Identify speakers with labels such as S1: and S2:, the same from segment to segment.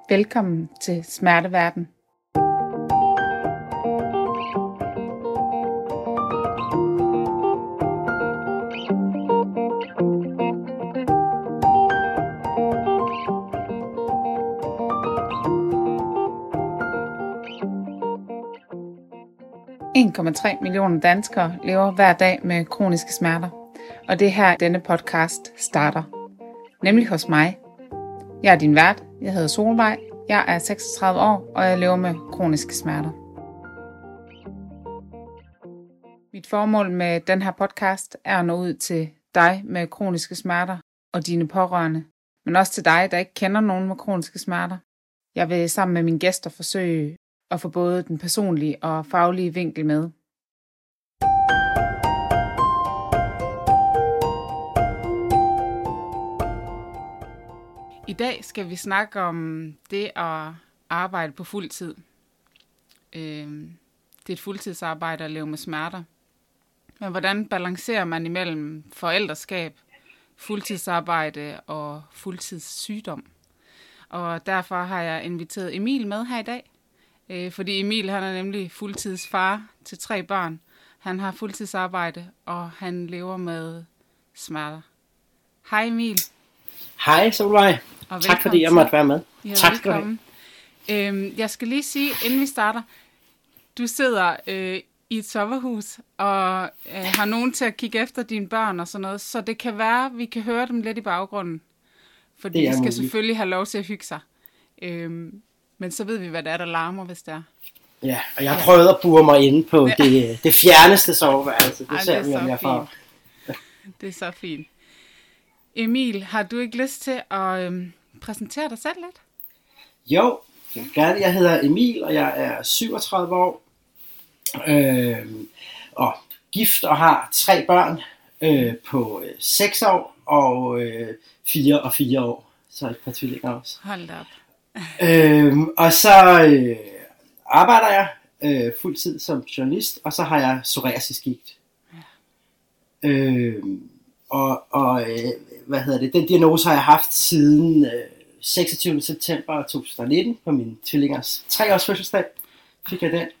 S1: Velkommen til Smerteverden. ,3 millioner danskere lever hver dag med kroniske smerter, og det er her denne podcast starter. Nemlig hos mig. Jeg er din vært, jeg hedder Solvej, jeg er 36 år, og jeg lever med kroniske smerter. Mit formål med den her podcast er at nå ud til dig med kroniske smerter og dine pårørende, men også til dig, der ikke kender nogen med kroniske smerter. Jeg vil sammen med mine gæster forsøge at få både den personlige og faglige vinkel med. I dag skal vi snakke om det at arbejde på fuld tid. Det er et fuldtidsarbejde at leve med smerter. Men hvordan balancerer man imellem forældreskab, fuldtidsarbejde og fuldtidssygdom? Og derfor har jeg inviteret Emil med her i dag. Fordi Emil han er nemlig fuldtidsfar til 3 børn. Han har fuldtidsarbejde, og han lever med smerter. Hej Emil.
S2: Hej Solvej. Tak fordi jeg måtte være med.
S1: Ja,
S2: tak
S1: velkommen. Jeg skal lige sige, inden vi starter, du sidder i et sommerhus og har nogen til at kigge efter dine børn og sådan noget, så det kan være, at vi kan høre dem lidt i baggrunden. Fordi de skal selvfølgelig have lov til at hygge sig. Men så ved vi, hvad det er, der larmer, hvis det er.
S2: Ja, og jeg har prøvet at bure mig inde på det fjerneste soveværelse. Det ser vi, om jeg får.
S1: Det er så fint. Emil, har du ikke lyst til at præsentere dig selv lidt?
S2: Jo, gerne. Jeg hedder Emil, og jeg er 37 år. Og gift og har 3 børn på 6 år og 4 og 4 år. Så et par tvillinger også.
S1: Hold da op.
S2: Og så arbejder jeg fuldtid som journalist, og så har jeg psoriasisgigt. Ja. Den diagnose har jeg haft siden 26. september 2019 på min tvillingers 3-års fødselsdag. Fik jeg den.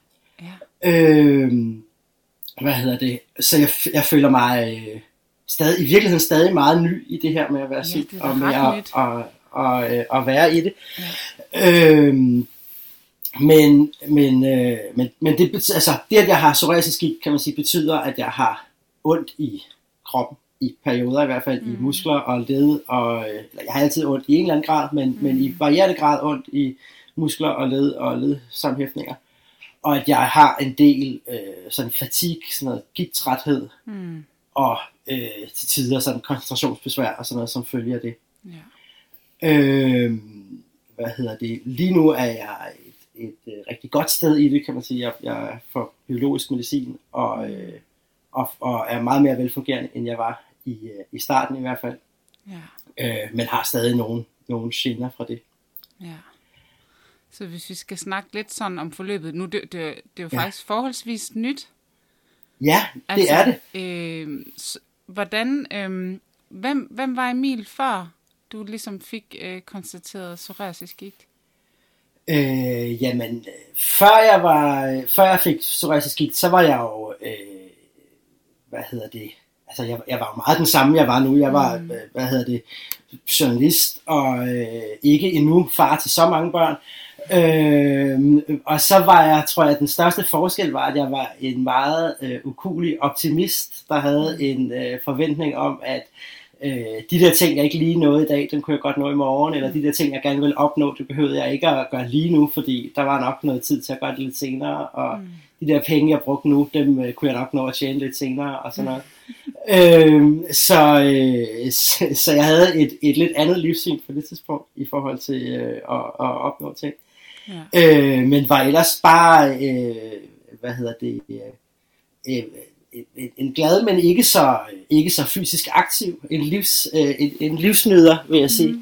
S2: Ja. Så jeg føler mig i virkeligheden stadig meget ny i det her med at være syg og med at være i det. Ja. Men det betyder, altså det at jeg har psoriasisgigt, kan man sige, betyder at jeg har ondt i kroppen i perioder, i hvert fald i muskler og led, og jeg har altid ondt i en eller anden grad, men i varierende grad ondt i muskler og led og ledsammenhæftninger, og at jeg har en del sådan fatigue, sådan noget gigttræthed, og til tider sådan koncentrationsbesvær og sådan noget som følger det. Ja. Lige nu er jeg et rigtig godt sted i det, kan man sige. Jeg får biologisk medicin og er meget mere velfungerende, end jeg var i starten i hvert fald. Ja. Men har stadig nogle gener fra det.
S1: Ja. Så hvis vi skal snakke lidt sådan om forløbet, nu det er jo faktisk forholdsvis nyt.
S2: Ja, det er det.
S1: Hvem var Emil før du ligesom fik konstateret psoriasisgigt?
S2: Før jeg fik psoriasisgigt, så var jeg jo altså jeg var jo meget den samme jeg var nu. Jeg var journalist og ikke endnu far til så mange børn. Og så var jeg, tror jeg, den største forskel var, at jeg var en meget ukuelig optimist, der havde en forventning om, at de der ting, jeg ikke lige nåede i dag, dem kunne jeg godt nå i morgen, eller de der ting, jeg gerne ville opnå, det behøvede jeg ikke at gøre lige nu, fordi der var nok noget tid til at gøre det lidt senere, og de der penge, jeg brugte nu, dem kunne jeg nok nå at tjene lidt senere, og sådan noget. Så jeg havde et lidt andet livssyn på det tidspunkt, i forhold til at opnå ting. Ja. Men var ellers bare, en glad, men ikke så fysisk aktiv, en livsnyder, vil jeg sige.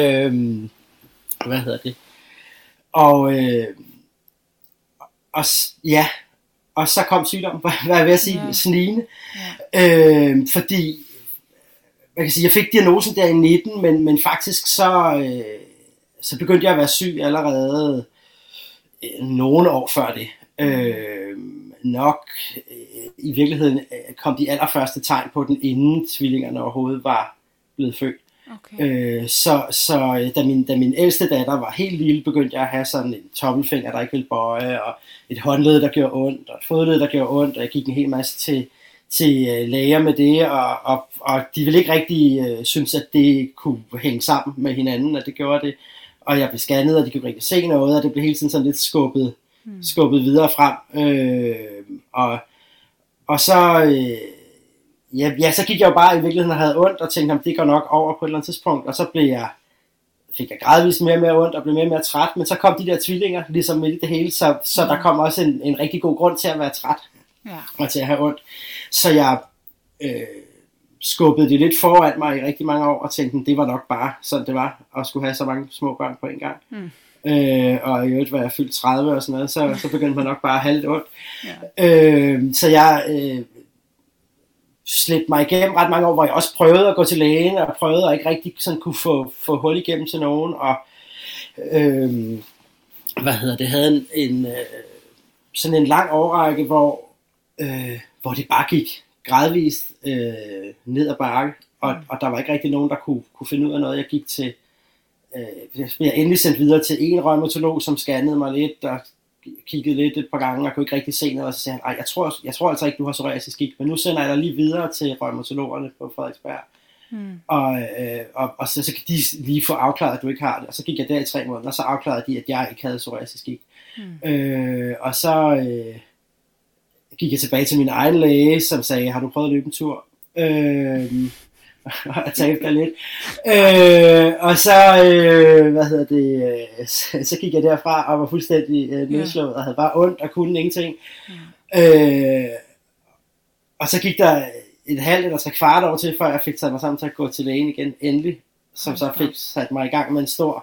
S2: Og så kom sygdommen, hvad vil jeg sige, snigende. Ja. Fordi, man kan sige, jeg fik diagnosen der i 19, men faktisk så så begyndte jeg at være syg allerede nogle år før det. Nok i virkeligheden kom de allerførste tegn på den, inden tvillingerne overhovedet var blevet født.
S1: Okay.
S2: Så da min ældste datter var helt lille, begyndte jeg at have sådan en tommelfinger, der ikke ville bøje, og et håndled, der gjorde ondt, og et fodled, der gjorde ondt, og jeg gik en hel masse til læger med det, og de ville ikke rigtig synes, at det kunne hænge sammen med hinanden, og det gjorde det. Og jeg blev scannet, og de kunne ikke rigtig se noget, og det blev hele tiden sådan lidt skubbet videre frem. Og så, så gik jeg jo bare i virkeligheden og havde ondt, og tænkte, at det går nok over på et eller andet tidspunkt, og så fik jeg gradvist mere og mere ondt, og blev mere og mere træt, men så kom de der tvillinger, ligesom midt i det hele, så der kom også en rigtig god grund til at være træt, og til at have ondt. Så jeg skubbede det lidt foran mig i rigtig mange år, og tænkte, det var nok bare sådan det var, at skulle have så mange små børn på en gang. Og i øvrigt var jeg fyldt 30 og sådan noget, så begyndte man nok bare at have lidt ondt. Så jeg slæbte mig igennem ret mange år, hvor jeg også prøvede at gå til lægen, og prøvede at ikke rigtig sådan kunne få hul igennem til nogen, og havde sådan en lang årrække, hvor det bare gik gradvist ned ad bakke, og der var ikke rigtig nogen, der kunne finde ud af noget. Jeg gik til, jeg blev endelig sendt videre til en reumatolog, som scannede mig lidt, og kiggede lidt et par gange, og kunne ikke rigtig se noget, og så sagde han, jeg tror altså ikke, du har psoriasis gigt, men nu sender jeg dig lige videre til reumatologerne på Frederiksberg, og så kan de lige få afklaret, at du ikke har det, og så gik jeg der i 3 måneder, og så afklarede de, at jeg ikke havde psoriasis gigt. Og så gik jeg tilbage til min egen læge, som sagde, har du prøvet at løbe en tur? Og jeg tabte der lidt. Og så, så gik jeg derfra og var fuldstændig nedslået og havde bare ondt og kunne ingenting. Og så gik der et halvt eller 3/4 år til, før jeg fik taget mig sammen til at gå til lægen igen, endelig. Som så fik sat mig i gang med en stor,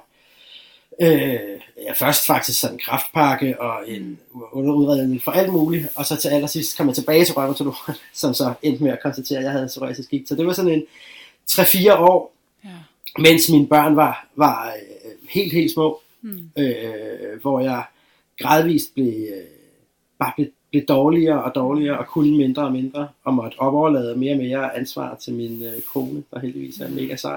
S2: først faktisk sådan en kræftpakke og en udredning for alt muligt, og så til allersidst kom jeg tilbage til reumatologen, som så endte med at konstatere, at jeg havde psoriasis gigt. Så det var sådan en 3-4 år, mens mine børn var helt små, hvor jeg gradvist blev dårligere og dårligere, og kunne mindre og mindre, og måtte overlade mere og mere ansvar til min kone, der heldigvis er mega sej.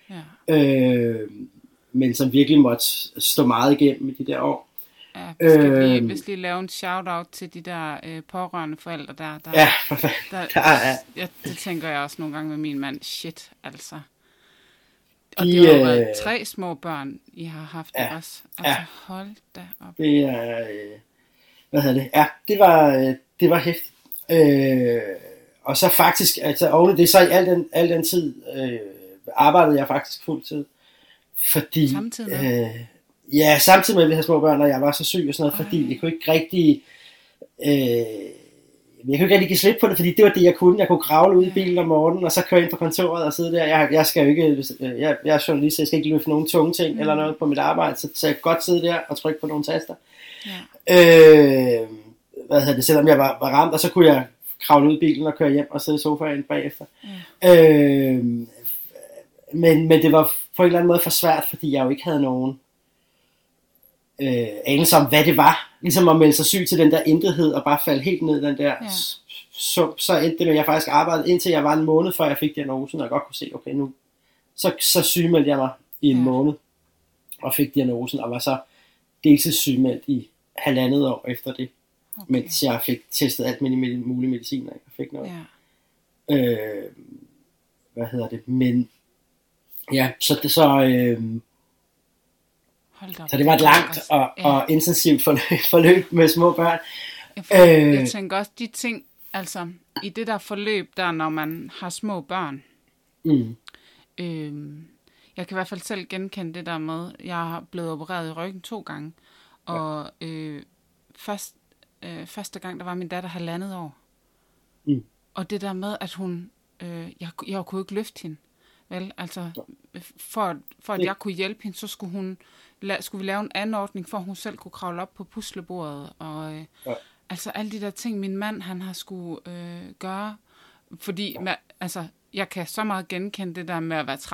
S2: Men som virkelig måtte stå meget igennem i de der år.
S1: Ja, skal vi lige lave en shout-out til de der pårørende forældre der. Det tænker jeg også nogle gange med min mand. Shit, altså. Og det har været 3 små børn, I har haft også. Altså, hold da op.
S2: Det er, det var hæftigt. Og så faktisk, altså oven det, så i al den tid arbejdede jeg faktisk fuldtid. Fordi,
S1: samtidig med?
S2: Samtidig med at vi havde små børn, og jeg var så syg og sådan noget, fordi jeg kunne ikke rigtig give slip på det, fordi det var det jeg kunne. Jeg kunne kravle ud i bilen om morgenen, og så køre ind på kontoret og sidde der. Jeg skal jo ikke, jeg er journalist, så jeg skal ikke løfte nogen tunge ting eller noget på mit arbejde, så jeg kan godt sidde der og trykke på nogle taster. Selvom jeg var ramt, og så kunne jeg kravle ud i bilen og køre hjem og sidde i sofaen bagefter. Men det var på en eller anden måde for svært, fordi jeg jo ikke havde nogen anelse om, hvad det var. Ligesom at melde sig syg til den der intethed, og bare falde helt ned den der. Så endte det med, at jeg faktisk arbejdede, indtil jeg var en måned, før jeg fik diagnosen, og jeg godt kunne se, okay, nu så sygemeldte jeg mig i en måned, og fik diagnosen, og var så deltidssygemeldt i 1,5 år efter det, mens jeg fik testet alt mulig medicin, og jeg fik noget. Men ja, så det var et langt og intensivt forløb med små børn.
S1: Jeg tænker også de ting, altså i det der forløb der, når man har små børn. Jeg kan i hvert fald selv genkende det der med, jeg har blevet opereret i ryggen 2 gange, og første gang der var min datter 1,5 år. Og det der med, at hun, jeg kunne ikke løfte hende. Vel, altså, for at jeg kunne hjælpe hende, så skulle vi lave en anordning, for at hun selv kunne kravle op på puslebordet, og altså alle de der ting, min mand, han har skulle gøre, fordi, altså, jeg kan så meget genkende det der med at være træt,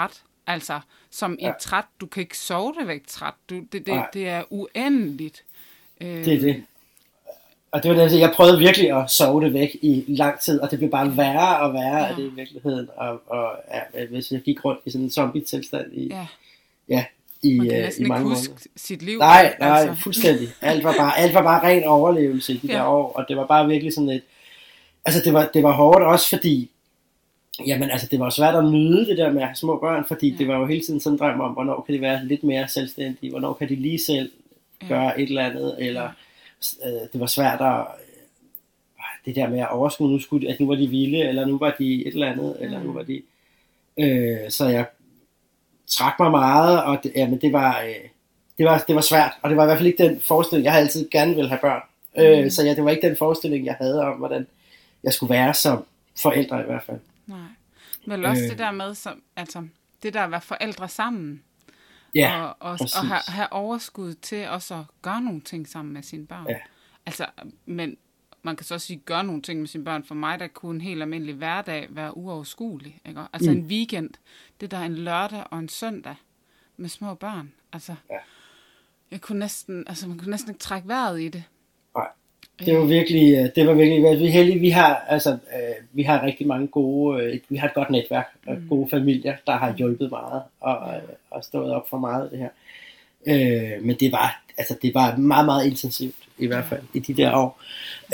S1: Altså, som et træt. Du kan ikke sove det væk træt. Det er uendeligt.
S2: Det er det. Og det var det, jeg prøvede virkelig at sove det væk i lang tid, og det blev bare værre og værre af det i virkeligheden. Og hvis jeg gik rundt i sådan en zombie-tilstand i
S1: man kan næsten ikke huske sit liv.
S2: Nej, fuldstændig. Alt var bare ren overlevelse i de der år, og det var bare virkelig sådan et... Altså, det var hårdt også, fordi... Jamen, altså, det var svært at nyde det der med at have små børn, fordi det var jo hele tiden sådan en drøm om, hvornår kan de være lidt mere selvstændige, hvornår kan de lige selv gøre et eller andet, eller det var svært at... Det der med at overskue, at nu var de vilde, eller nu var de et eller andet, eller nu var de... Så jeg trak mig meget, og det var svært, og det var i hvert fald ikke den forestilling, jeg havde altid gerne ville have børn. Så det var ikke den forestilling, jeg havde om, hvordan jeg skulle være som forældre i hvert fald.
S1: Nej, men også det der med, altså det der at være forældre sammen, og have overskud til også at gøre nogle ting sammen med sine børn. Ja. Altså, men man kan så også sige, gøre nogle ting med sine børn. For mig, der kunne en helt almindelig hverdag være uoverskuelig. Ikke? Altså en weekend, det der er en lørdag og en søndag med små børn. Altså, man kunne næsten ikke trække vejret i det.
S2: Nej, det var virkelig vi heldige. Vi har rigtig mange gode, vi har et godt netværk og gode familier, der har hjulpet meget og stået op for meget af det her. Men det var meget, meget intensivt, i hvert fald, i de der år.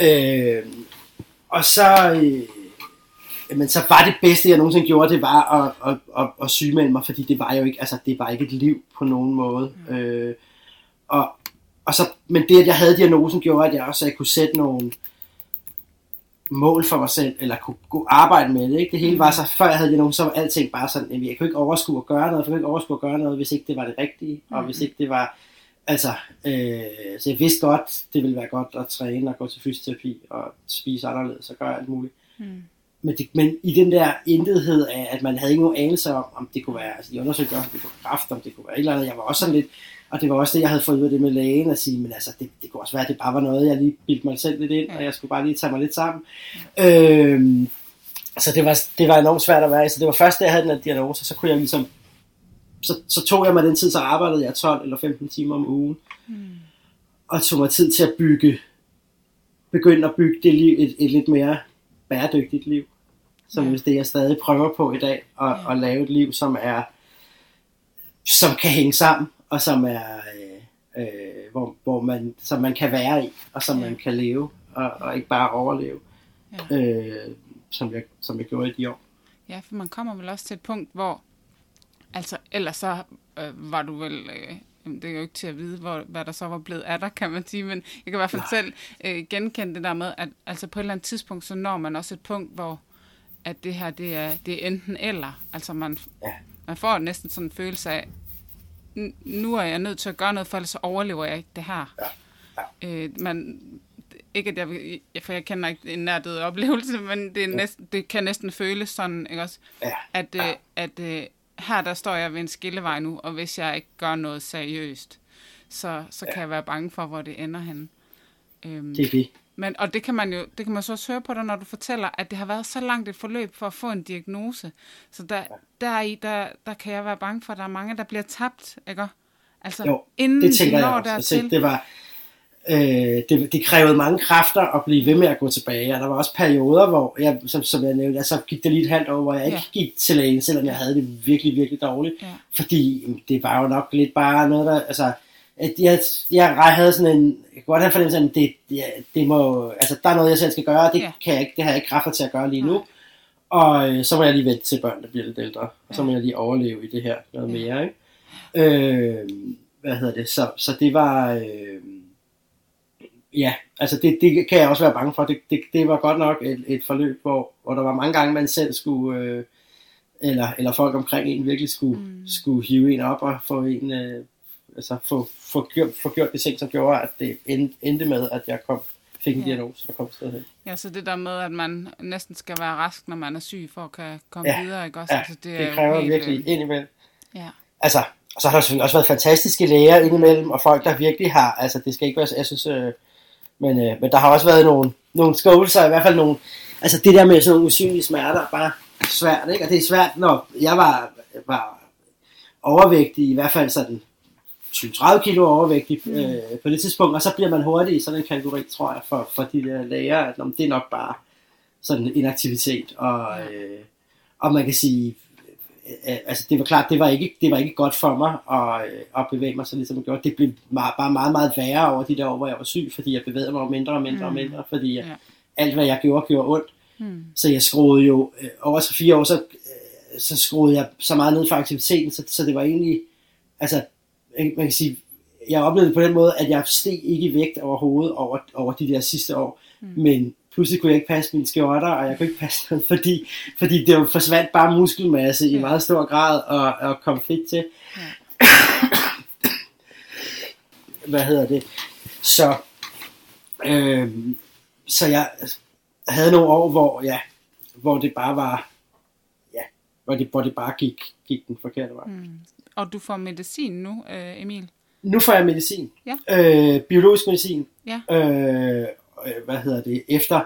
S2: Og så, så var det bedste, jeg nogensinde gjorde, det var at sygemelde mig, fordi det var jo ikke, det var ikke et liv på nogen måde. Men det, at jeg havde diagnosen, gjorde, at jeg også kunne sætte nogle mål for mig selv, eller kunne arbejde med det. Ikke? Det hele var så, før jeg havde diagnosen, så var alting bare sådan, at jeg kunne ikke overskue at gøre noget, hvis ikke det var det rigtige, og hvis ikke det var, så jeg vidste godt, det ville være godt at træne og gå til fysioterapi og spise anderledes og gøre alt muligt. Men i den der intethed af, at man havde ikke nogen anelse om det kunne være, de undersøgte også, om det kunne være kræft, om det kunne være et eller andet. Jeg var også sådan lidt, og det var også det, jeg havde fået ud af det med lægen, at sige, men det kunne også være, at det bare var noget, jeg lige bildte mig selv lidt ind, og jeg skulle bare lige tage mig lidt sammen. Så det var enormt svært at være i, så det var først, da jeg havde den her diagnose, så kunne jeg ligesom, så tog jeg mig den tid, så arbejdede jeg 12 eller 15 timer om ugen, og tog mig tid til at begynde at bygge det liv, et lidt mere bæredygtigt liv, som det jeg stadig prøver på i dag, at lave et liv, som kan hænge sammen, og som er som man kan være i, og som man kan leve, og ikke bare overleve, som jeg gjorde i de år. Ja,
S1: for man kommer vel også til et punkt, hvor ellers så var du vel, det er jo ikke til at vide, hvad der så var blevet af dig, kan man sige, men jeg kan i hvert fald selv genkende det der med, at på et eller andet tidspunkt, så når man også et punkt, hvor at det her, det er enten eller, altså man får næsten sådan en følelse af, nu er jeg nødt til at gøre noget, for ellers så overlever jeg ikke det her. Ikke at for jeg kender ikke en nærdød oplevelse, men det kan næsten føles sådan, ikke også? At her der står jeg ved en skillevej nu, og hvis jeg ikke gør noget seriøst, så kan jeg være bange for, hvor det ender henne.
S2: Det er det.
S1: Og det kan man så også høre på dig, når du fortæller, at det har været så langt et forløb for at få en diagnose. Så der kan jeg være bange for, at der er mange, der bliver tabt, ikke? Altså,
S2: jo,
S1: inden
S2: det tænker jeg også. Det var, det krævede mange kræfter at blive ved med at gå tilbage, og der var også perioder, hvor jeg, som jeg nævnte, så gik det lige et halvt år, hvor jeg ikke gik til lægen, selvom jeg havde det virkelig, virkelig dårligt. Fordi det var jo nok lidt bare noget, der, jeg havde sådan en, jeg kan godt have fornemmelse af, det må, der er noget, jeg selv skal gøre, det kan jeg ikke, det har jeg ikke kræfter til at gøre lige nu. Og så må jeg lige vente til børn, der bliver lidt ældre, og så må jeg lige overleve i det her noget mere, ikke? Så det var, det kan jeg også være bange for. Det var godt nok et forløb, hvor der var mange gange, man selv skulle, eller folk omkring en virkelig skulle hive en op og få en, få gjort det ting, som gjorde, at det endte med, at jeg fik en diagnose og kom et sted hen. Ja,
S1: så det der med, at man næsten skal være rask, når man er syg, for at kan komme videre, ikke også?
S2: Ja, det kræver virkelig indimellem.
S1: Ja.
S2: Og så har der selvfølgelig også været fantastiske læger indimellem, og folk, der virkelig har, det skal ikke være, jeg synes, men der har også været nogle skålelser, i hvert fald nogle, det der med sådan nogle usynlige smerter, bare svært, ikke? Og det er svært, når jeg var overvægtig, i hvert fald sådan 20-30 kilo overvægtig på det tidspunkt, og så bliver man hurtigt i sådan en kategori, tror jeg, for de der læger, at det er nok bare sådan en aktivitet, og man kan sige, altså det var klart, det var ikke godt for mig at bevæge mig så ligesom jeg gjorde. Det blev bare meget, meget værre over de der år, hvor jeg var syg, fordi jeg bevægede mig mindre og mindre og mindre, fordi alt hvad jeg gjorde ondt. Så jeg skruede jo over 3-4 år, så skruede jeg så meget ned for aktiviteten, så det var egentlig, altså man kan sige, jeg oplevede det på den måde, at jeg steg ikke i vægt overhovedet over de der sidste år, men pludselig kunne jeg ikke passe mine skjorter, og jeg kunne ikke passe noget, fordi det jo forsvandt bare muskelmasse i meget stor grad, og kom fedt til. Hvad hedder det? Så jeg havde nogle år, hvor det bare var, hvor det bare gik den forkerte vej.
S1: Og du får medicin nu, Emil?
S2: Nu får jeg medicin.
S1: Ja.
S2: Biologisk medicin.
S1: Ja.
S2: Efter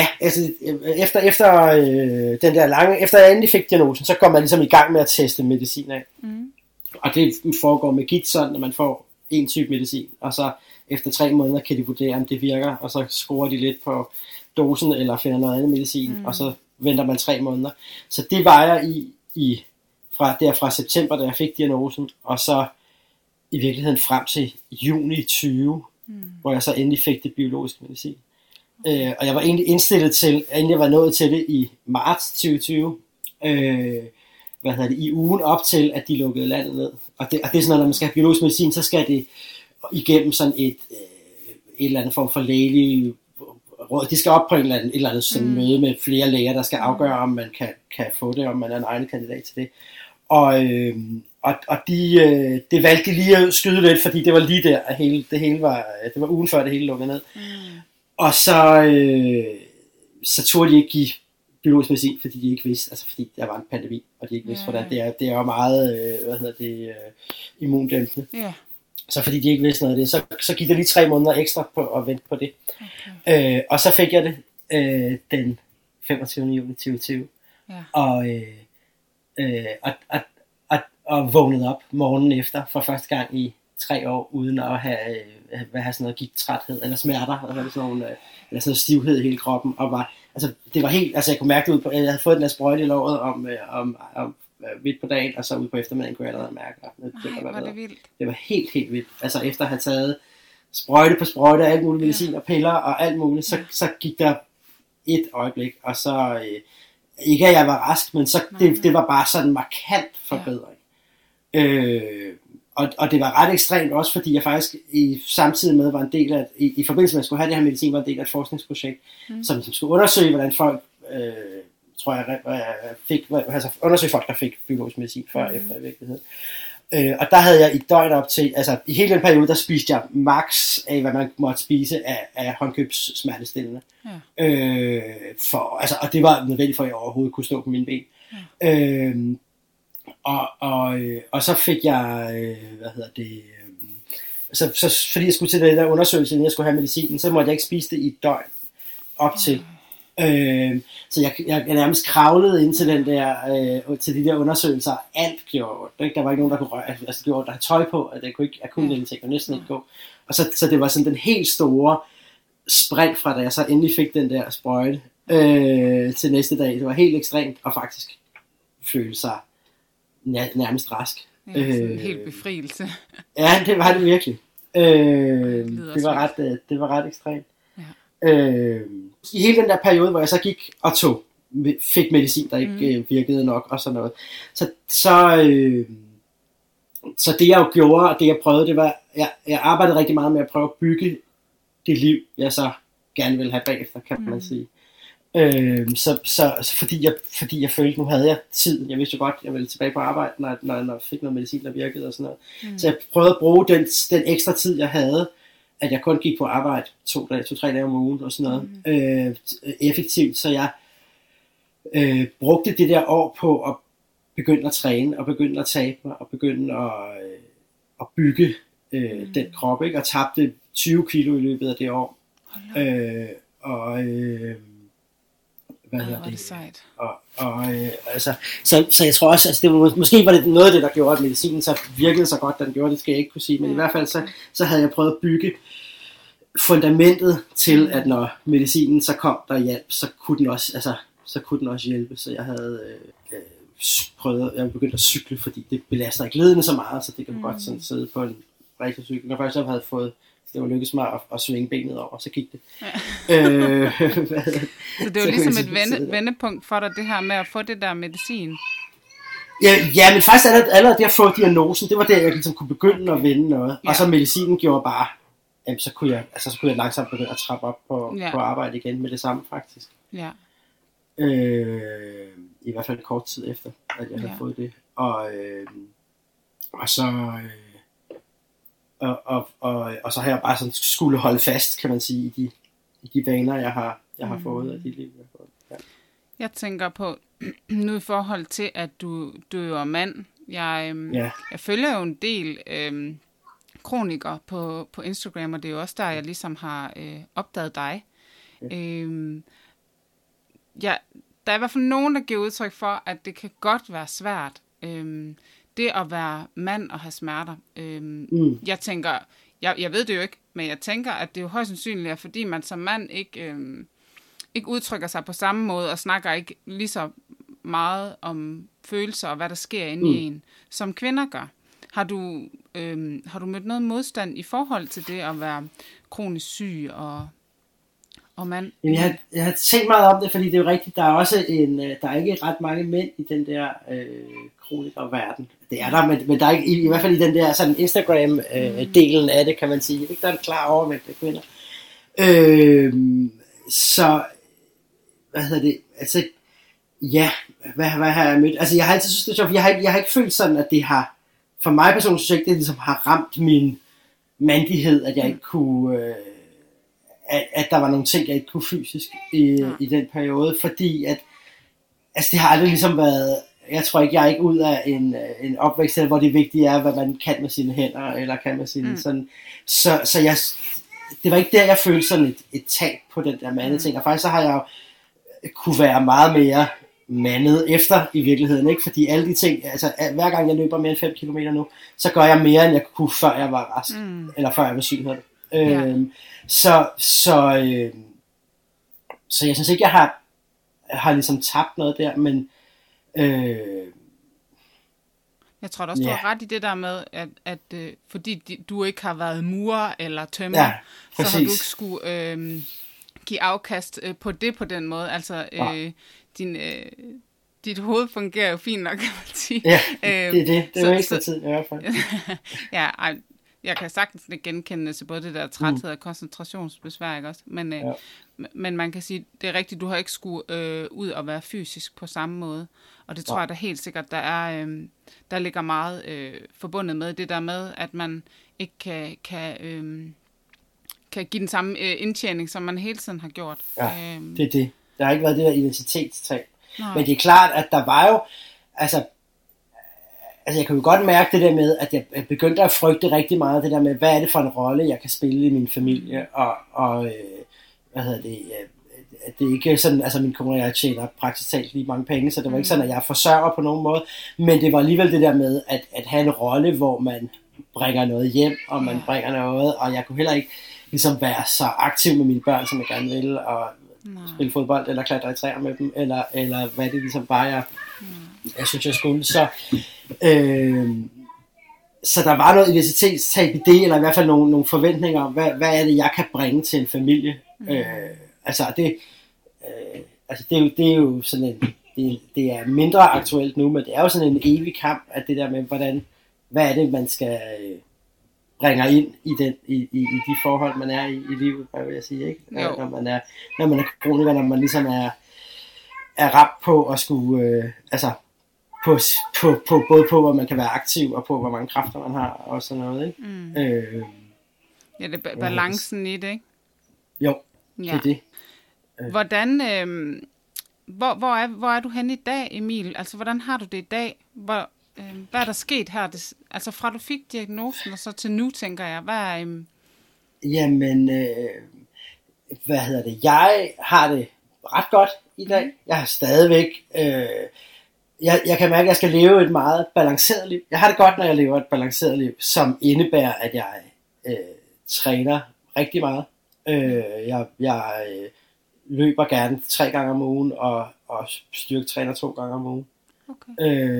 S2: den der lange, efter jeg endelig fik diagnosen, så går man ligesom i gang med at teste medicin af. Og det foregår med gigt sådan, at man får en type medicin, og så efter 3 måneder kan de vurdere, om det virker, og så skruer de lidt på dosen, eller finder noget andet medicin, og så venter man 3 måneder. Så det var jeg i fra september, da jeg fik diagnosen, og så i virkeligheden frem til juni 20, hvor jeg så endelig fik det biologiske medicin. Og jeg var egentlig indstillet til, inden jeg var nået til det i marts 2020, i ugen op til, at de lukkede landet ned. Og det er sådan noget, når man skal have biologisk medicin, så skal det igennem sådan et eller andet form for lægelig råd. De skal op på et eller andet sådan møde med flere læger, der skal afgøre, om man kan få det, om man er en egen kandidat til det. Og det valgte de lige at skyde lidt, fordi det var lige der, at det hele var, det var ugen før det hele lukkede ned. Og så turde de ikke give biologisk medicin, fordi de ikke vidste, altså fordi der var en pandemi, og de ikke vidste, hvordan det er. Det er jo meget, immundæmpende. Yeah. Så fordi de ikke vidste noget af det, så gik der lige 3 måneder ekstra på at vente på det. Okay. Og så fik jeg det den 25. juni 2020. Yeah. Og vågnede op morgenen efter for første gang i 3 år, uden at have sådan noget gigttræthed eller smerter, eller sådan noget stivhed i hele kroppen, og var, altså det var helt, altså jeg kunne mærke det ud på, jeg havde fået den der sprøjte i låret om midt på dagen, og så ud på eftermiddagen kunne jeg allerede mærke,
S1: det vildt.
S2: Det var helt vildt, altså efter at have taget sprøjte på sprøjte, alt muligt medicin og piller og alt muligt, så gik der et øjeblik, og så ikke at jeg var rask, men så det var bare sådan en markant forbedring. Og det var ret ekstremt også, fordi jeg faktisk samtidig med var en del af, i forbindelse med at jeg skulle have det her medicin, var en del af et forskningsprojekt, som skulle undersøge, hvordan folk, tror jeg, fik, altså undersøge folk, der fik biologisk medicin før og efter i virkeligheden. Og der havde jeg i døgn op til, altså i hele den periode, der spiste jeg max af, hvad man måtte spise af håndkøbs smertestillende. Og det var nødvendigt for, at jeg overhovedet kunne stå på mine ben. Og så fik jeg, så fordi jeg skulle til den der undersøgelse, inden jeg skulle have medicinen, så måtte jeg ikke spise det i et døgn op til. Så jeg nærmest kravlede ind til den der, til de der undersøgelser, og alt gjorde ondt. Der var ikke nogen, der kunne røre, altså det gjorde, der havde tøj på, at jeg kunne ingenting, og næsten ikke gå. Og så det var sådan den helt store spring fra, da jeg så endelig fik den der sprøjte til næste dag. Det var helt ekstremt, og faktisk følte sig nærmest rask.
S1: Ja, en helt befrielse.
S2: Ja, det var det virkelig. Det var ret ekstremt. Ja. I hele den der periode, hvor jeg så gik og fik medicin, der ikke virkede nok og sådan noget. Så det jeg jo gjorde, og det jeg prøvede, det var, jeg arbejdede rigtig meget med at prøve at bygge det liv, jeg så gerne ville have bagefter, kan man sige. Så fordi jeg følte, nu havde jeg tid. Jeg vidste jo godt, jeg ville tilbage på arbejde, når jeg fik noget medicin, der virkede og sådan noget. Så jeg prøvede at bruge den ekstra tid, jeg havde, at jeg kun gik på arbejde 2-3 dage om ugen og sådan noget, effektivt. Så jeg brugte det der år på at begynde at træne, og begynde at tabe mig, og begynde at bygge den krop, ikke? Og tabte 20 kilo i løbet af det år. hvad hedder
S1: Hvor er det sejt.
S2: Altså, så jeg tror også, altså det var, måske var det noget af det, der gjorde, at medicinen så virkede så godt, den gjorde, det skal jeg ikke kunne sige, men i hvert fald så havde jeg prøvet at bygge fundamentet til, at når medicinen så kom der hjælp, så kunne den også hjælpe, så jeg havde jeg begyndte at cykle, fordi det belaster ikke ledene så meget, så det kan godt sådan sidde på en rigtig cykel. Når først jeg havde fået, det var lykkedes mig at svinge benet over, så gik det.
S1: Ja. Så det var ligesom et vendepunkt for dig, det her med at få det der medicin?
S2: Ja, men faktisk allerede det at få diagnosen, det var der, jeg ligesom kunne begynde at vende noget. Ja. Og så medicinen gjorde bare, så kunne jeg langsomt begynde at trappe op på arbejde igen med det samme faktisk.
S1: Ja.
S2: I hvert fald kort tid efter, at jeg havde fået det. Og så har jeg bare sådan skulle holde fast, kan man sige, i de vaner, jeg har fået, og de liv, jeg har fået. Ja.
S1: Jeg tænker på, nu i forhold til, at du er mand. Jeg følger jo en del kronikere på Instagram, og det er jo også der, jeg ligesom har opdaget dig. Ja. Der er i hvert fald nogen, der giver udtryk for, at det kan godt være svært. Det at være mand og have smerter. Jeg tænker, jeg ved det jo ikke, men jeg tænker, at det er jo højst sandsynligt, at fordi man som mand ikke udtrykker sig på samme måde, og snakker ikke lige så meget om følelser og hvad der sker inde i en, som kvinder gør. Har du mødt noget modstand i forhold til det at være kronisk syg og mand?
S2: Jeg har tænkt meget om det, fordi det er jo rigtigt, der er også der er ikke ret mange mænd i den der kronikerverden. Det er der, men der er ikke, i hvert fald i den der sådan Instagram-delen af det, kan man sige. Ikke, der er en klar overvægt af kvinder. Så, hvad hedder det, altså, ja, hvad har jeg mødt? Altså, jeg har altid synes, det er sjovt, jeg har ikke følt sådan, at det har, for mig personligt synes jeg ikke, det ligesom har ramt min mandighed, at jeg ikke kunne, at der var nogle ting, jeg ikke kunne fysisk i den periode, fordi at, altså, det har aldrig ligesom været, jeg tror ikke, jeg er ikke ud af en opvækst, hvor det vigtige er, hvad man kan med sine hænder, eller kan med sine sådan, så jeg, det var ikke der, jeg følte sådan et tab på den der mandeting, og faktisk så har jeg jo kunne være meget mere mandet efter i virkeligheden, ikke? Fordi alle de ting, altså hver gang jeg løber mere end 5 kilometer nu, så gør jeg mere, end jeg kunne, før jeg var rask, eller før jeg var syg. Så jeg synes ikke, jeg har ligesom tabt noget der, men
S1: jeg tror også, du har ret i det der med, at fordi du ikke har været murer eller tømrer, så har du ikke skulle give afkast på det på den måde. Altså, dit hoved fungerer jo fint nok, kan man sige. Ja, det er det. Det er jo ekstra tid i hvert fald. Ja, jeg kan sagtens genkende til både det der træthed og koncentrationsbesvær, ikke også? Men man kan sige, det er rigtigt, du har ikke skulle ud og være fysisk på samme måde. Og det tror jeg da helt sikkert, der ligger meget forbundet med det der med, at man ikke kan give den samme indtjening, som man hele tiden har gjort.
S2: Ja, det er det. Der har ikke været det der identitetstab. Men det er klart, at der var jo, altså jeg kan jo godt mærke det der med, at jeg begyndte at frygte rigtig meget det der med, hvad er det for en rolle, jeg kan spille i min familie, og hvad hedder det, det er ikke sådan, altså min kone og jeg tjener praktisk talt lige mange penge, så det var ikke sådan, at jeg forsørger på nogen måde, men det var alligevel det der med, at have en rolle, hvor man bringer noget hjem, og man bringer noget, og jeg kunne heller ikke ligesom være så aktiv med mine børn, som jeg gerne ville, og spille fodbold, eller klatre i træer med dem, eller hvad det ligesom bare jeg synes, jeg skulle. Så der var noget identitetstab i det, eller i hvert fald nogle forventninger om, hvad er det, jeg kan bringe til en familie. Det er jo sådan det er mindre aktuelt nu, men det er jo sådan en evig kamp, at det der med, hvad er det, man skal bringer ind i de forhold, man er i livet, hvad vil jeg sige, ikke? Når man er kroniker, når man ligesom er ramt på at skulle, på både på, hvor man kan være aktiv, og på, hvor mange kræfter man har, og sådan noget, ikke?
S1: Ja, det er balancen i det, ikke?
S2: Jo, det er det.
S1: Hvordan, hvor er du henne i dag, Emil? Altså, hvordan har du det i dag? Hvad er der sket her? Altså, fra du fik diagnosen, og så til nu, tænker jeg. Hvad
S2: Jamen, hvad hedder det? Jeg har det ret godt i dag. Jeg har stadigvæk... Jeg kan mærke, at jeg skal leve et meget balanceret liv. Jeg har det godt, når jeg lever et balanceret liv, som indebærer, at jeg træner rigtig meget. Jeg løber gerne 3 gange om ugen, og styrketræner 2 gange om ugen.
S1: Okay.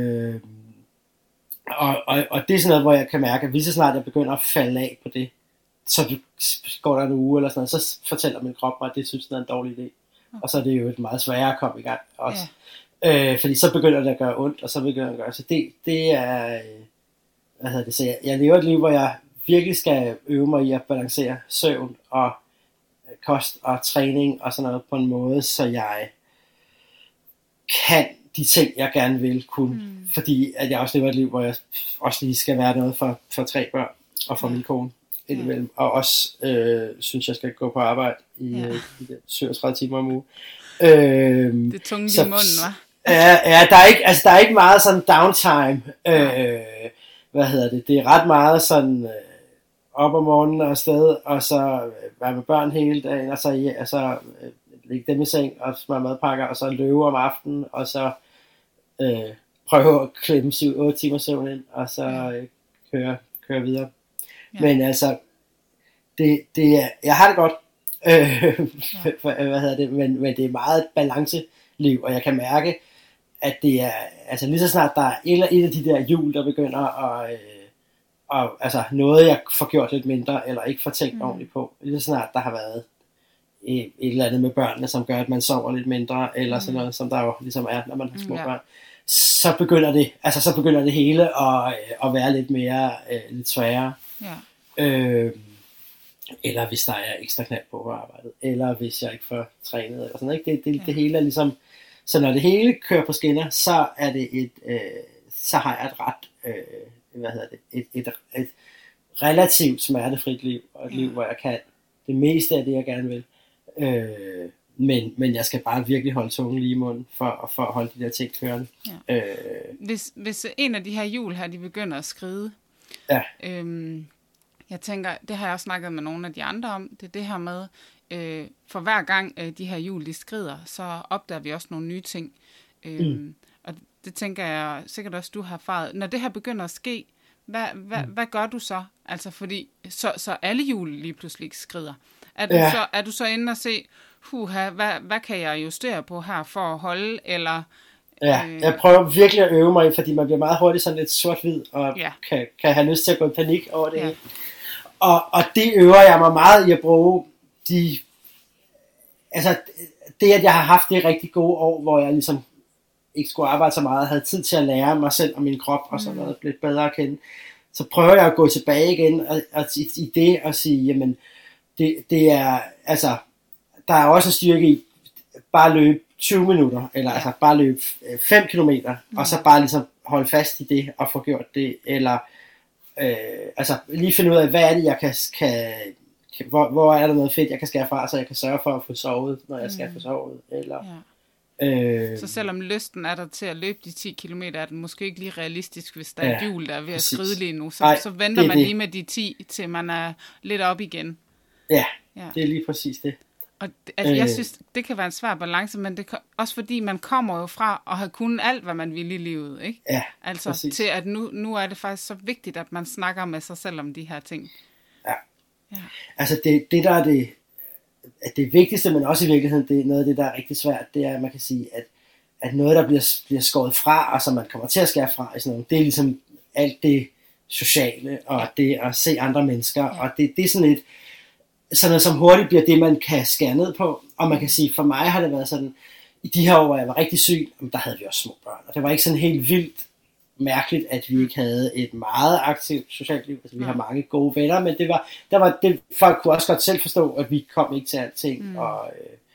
S2: Og det er sådan noget, hvor jeg kan mærke, at lige så snart jeg begynder at falde af på det, så går der en uge eller sådan noget, så fortæller min krop mig, at det synes det er en dårlig idé. Okay. Og så er det jo et meget sværere at komme i gang også. Ja. Fordi så begynder det at gøre ondt, og så begynder det at gøre. Så det er, hvad hedder det, så jeg lever et liv, hvor jeg virkelig skal øve mig i at balancere søvn og kost og træning og sådan noget på en måde, så jeg kan de ting, jeg gerne vil kunne. Fordi at jeg også lever et liv, hvor jeg også lige skal være noget for 3 børn og for min kone indimellem. Og også synes, jeg skal gå på arbejde i 37 timer om ugen.
S1: Det er tungt i munden, hva'?
S2: Ja, der er ikke meget sådan downtime. Hvad hedder det? Det er ret meget sådan op om morgenen og afsted, og så være med børn hele dagen, og så lægge dem i seng og smøre madpakker, og så løbe om aftenen, og så prøve at klemme 7-8 timer søvn ind, og så køre videre. Ja. Men altså, jeg har det godt. Hvad hedder det? Men det er meget et balanceliv, og jeg kan mærke, at det er, altså lige så snart der er et af de der hjul, der begynder og altså noget, jeg får gjort lidt mindre, eller ikke får tænkt ordentligt på, lige så snart der har været et eller andet med børnene, som gør, at man sover lidt mindre, eller sådan noget, som der jo ligesom er, når man har små børn, så begynder det hele at være lidt mere, lidt sværere. Ja. Eller hvis der er ekstra knald på arbejdet, eller hvis jeg ikke får trænet, eller sådan, ikke? Det hele er ligesom, så når det hele kører på skinner, så er det så har jeg et ret, et relativt smertefrit liv, og et liv, hvor jeg kan det meste af det, jeg gerne vil. Men jeg skal bare virkelig holde tungen lige i munden, for at holde de der ting kørende. Ja.
S1: Hvis en af de her hjul her, de begynder at skride, jeg tænker, det har jeg også snakket med nogle af de andre om, det er det her med, for hver gang de her hjul, de skrider, så opdager vi også nogle nye ting. Og det tænker jeg sikkert også, du har erfaret. Når det her begynder at ske, hvad gør du så? Altså fordi, så alle hjul lige pludselig skrider. Er du så inde og se, hvad kan jeg justere på her for at holde, eller...
S2: Ja, jeg prøver virkelig at øve mig, fordi man bliver meget hurtigt sådan lidt sort-hvid, og kan have lyst til at gå i panik over det hele. Og det øver jeg mig meget i at bruge det, at jeg har haft det rigtig gode år, hvor jeg ligesom ikke skulle arbejde så meget, havde tid til at lære mig selv og min krop og sådan noget, lidt bedre at kende. Så prøver jeg at gå tilbage igen og i det og sige, jamen, det er, altså, der er også en styrke i bare løbe 20 minutter, eller altså bare løbe 5 kilometer, og så bare ligesom holde fast i det og få gjort det, eller altså lige finde ud af, hvad er det, jeg kan hvor er der noget fedt, jeg kan skære fra, så jeg kan sørge for at få sovet, når jeg skal få sovet, eller...
S1: Så selvom lysten er der til at løbe de 10 km, er den måske ikke lige realistisk, hvis der er et hjul, der er ved at skride lige nu. Så venter man lige med de 10, til man er lidt op igen.
S2: Ja, det er lige præcis det.
S1: Og jeg synes, det kan være en svær balance, men det også fordi man kommer jo fra at have kunnet alt, hvad man ville i livet, ikke?
S2: Ja,
S1: altså præcis. Til at nu er det faktisk så vigtigt, at man snakker med sig selv om de her ting. Ja. Altså
S2: det der er det vigtigste, men også i virkeligheden, det er noget af det, der er rigtig svært, det er, at man kan sige, at noget, der bliver skåret fra, og som man kommer til at skære fra, i sådan noget, det er ligesom alt det sociale, og det at se andre mennesker, og det er sådan noget, som hurtigt bliver det, man kan skære ned på, og man kan sige, for mig har det været sådan, i de her år, hvor jeg var rigtig syg, der havde vi også små børn, og det var ikke sådan helt vildt mærkeligt, at vi ikke havde et meget aktivt socialt liv. Altså, vi har mange gode venner, men det folk kunne også godt selv forstå, at vi kom ikke til alting. Og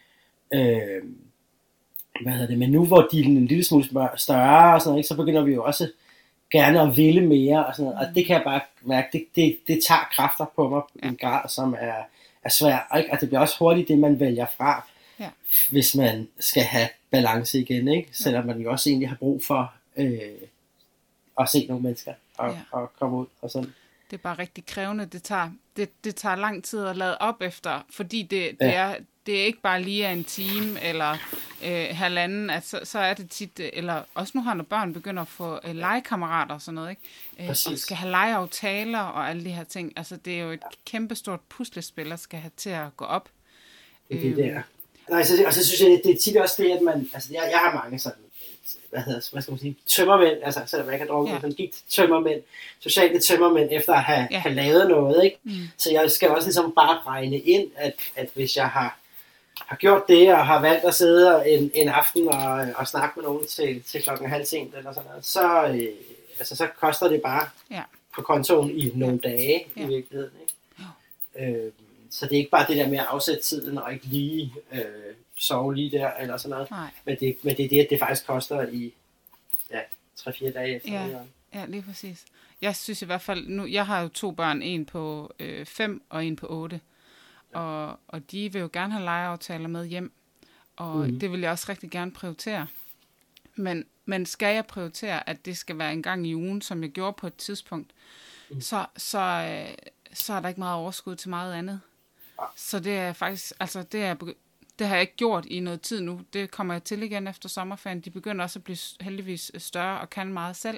S2: men nu hvor de er en lille smule større og sådan noget, ikke, så begynder vi jo også gerne at ville mere og sådan noget. Og det kan jeg bare mærke, det tager kræfter på mig i en grad, som er svær. Ikke? Og det bliver også hurtigt det, man vælger fra, hvis man skal have balance igen, ikke? Selvom man jo også egentlig har brug for at se nogle mennesker og komme ud og sådan.
S1: Det er bare rigtig krævende. Det tager lang tid at lade op efter, fordi det det er ikke bare lige en time eller halvanden, at så er det tit, eller også nu har når børn begynder at få legekammerater og sådan noget, ikke? Og skal have legeaftaler og alle de her ting. Altså det er jo et kæmpestort puslespil, der skal have til at gå op.
S2: Det der. Nej, så synes jeg, det er tit også det, at man, altså jeg har mange sådan, hvad skal man sige, tømmermænd, altså selvom jeg kan droge, sådan gigt tømmermænd, sociale tømmermænd, efter at have lavet noget, ikke? Så jeg skal også ligesom bare regne ind, at hvis jeg har gjort det, og har valgt at sidde en aften og snakke med nogen til klokken 9:30 eller sådan noget, så koster det bare på kontoen i nogle dage i virkeligheden, ikke? Så det er ikke bare det der med at afsætte tiden og ikke lige sove lige der eller sådan noget. Men det er det, at det faktisk koster i 3-4 dage efter.
S1: Ja, lige præcis. Jeg synes i hvert fald, nu, jeg har jo 2 børn, en på 5 og en på 8. Og de vil jo gerne have legeaftaler med hjem. Og det vil jeg også rigtig gerne prioritere. Men skal jeg prioritere, at det skal være en gang i ugen, som jeg gjorde på et tidspunkt, så er der ikke meget overskud til meget andet. Så det er faktisk, altså det har jeg ikke gjort i noget tid nu. Det kommer jeg til igen efter sommerferien. De begynder også at blive heldigvis større og kan meget selv.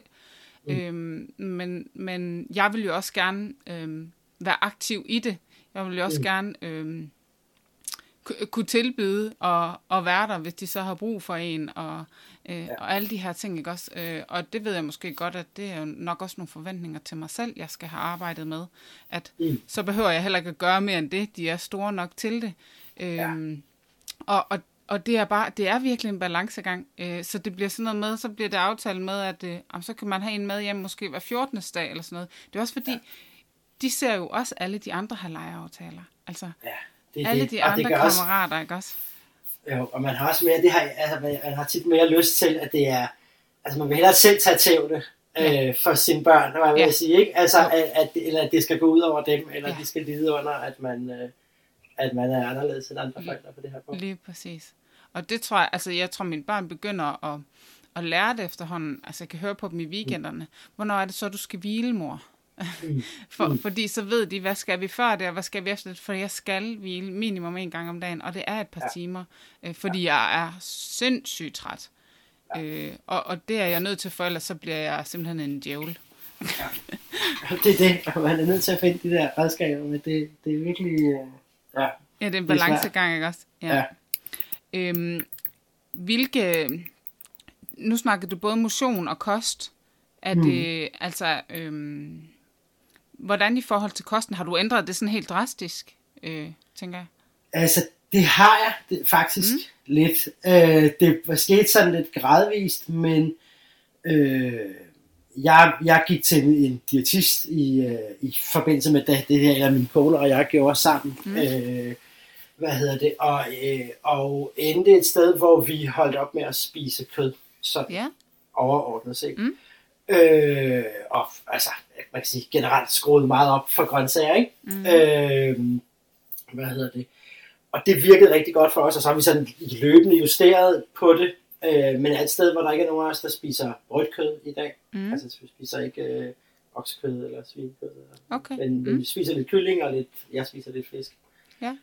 S1: Men jeg vil jo også gerne være aktiv i det. Jeg vil jo også gerne kunne tilbyde og være der, hvis de så har brug for en, og alle de her ting, ikke også? Og det ved jeg måske godt, at det er jo nok også nogle forventninger til mig selv, jeg skal have arbejdet med, at så behøver jeg heller ikke at gøre mere end det, de er store nok til det. Og det er virkelig en balancegang, så det bliver sådan noget med, så bliver det aftalt med, at så kan man have en med hjem måske hver 14. dag, eller sådan noget. Det er også fordi, de ser jo også alle de andre have legeaftaler, altså alle de andre kammerater, ikke også?
S2: Jo, og man har også mere, man har tit mere lyst til, at det er, altså man vil hellere selv tage tævne for sine børn, hvad jeg vil sige, ikke? Altså, at det skal gå ud over dem, eller de skal lide under, at man er anderledes end andre forældre på det her punkt. Lige
S1: præcis. Og det tror jeg tror mine børn begynder at lære det efterhånden, altså jeg kan høre på dem i weekenderne, hvornår er det så, du skal hvile, mor? Fordi så ved de, hvad skal vi før det, og hvad skal vi efter det, for jeg skal hvile minimum 1 gang om dagen, og det er et par timer, fordi jeg er sindssygt træt. Og det er jeg nødt til, for ellers så bliver jeg simpelthen en djævel.
S2: Det er det, og man er nødt til at finde de der redskaber, men det er virkelig...
S1: Ja, det er en balancegang, ikke også? Ja. Nu snakker du både motion og kost. Er det, hvordan i forhold til kosten, har du ændret det sådan helt drastisk, tænker jeg?
S2: Altså, det har jeg faktisk lidt. Det var sket sådan lidt gradvist, men jeg gik til en diætist i forbindelse med det her, min kone og jeg gjorde sammen. Og endte et sted, hvor vi holdt op med at spise kød, sådan overordnet set. Og altså, man kan sige, generelt skruet meget op for grøntsager, ikke? Og det virkede rigtig godt for os, og så har vi sådan løbende justeret på det. Men et sted, hvor der ikke er nogen af os, der spiser rødt kød i dag. Altså, vi spiser ikke oksekød eller svinekød.
S1: Okay.
S2: Men vi spiser lidt kylling, og jeg spiser lidt fisk.
S1: Ja.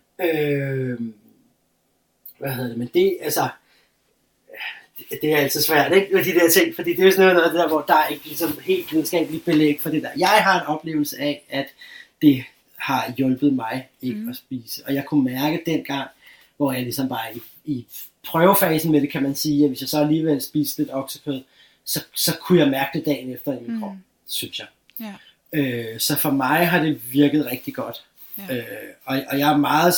S2: Men det, altså... Det er altid svært, ikke? Med de der ting, fordi det er jo sådan noget der, hvor der er ikke ligesom helt videnskabeligt belæg for det der. Jeg har en oplevelse af, at det har hjulpet mig ikke at spise. Og jeg kunne mærke dengang, hvor jeg ligesom bare i prøvefasen med det, kan man sige, at hvis jeg så alligevel spiste lidt oksekød, så kunne jeg mærke det dagen efter i min krop, synes jeg. Ja. Så for mig har det virket rigtig godt. Ja. Og jeg er meget...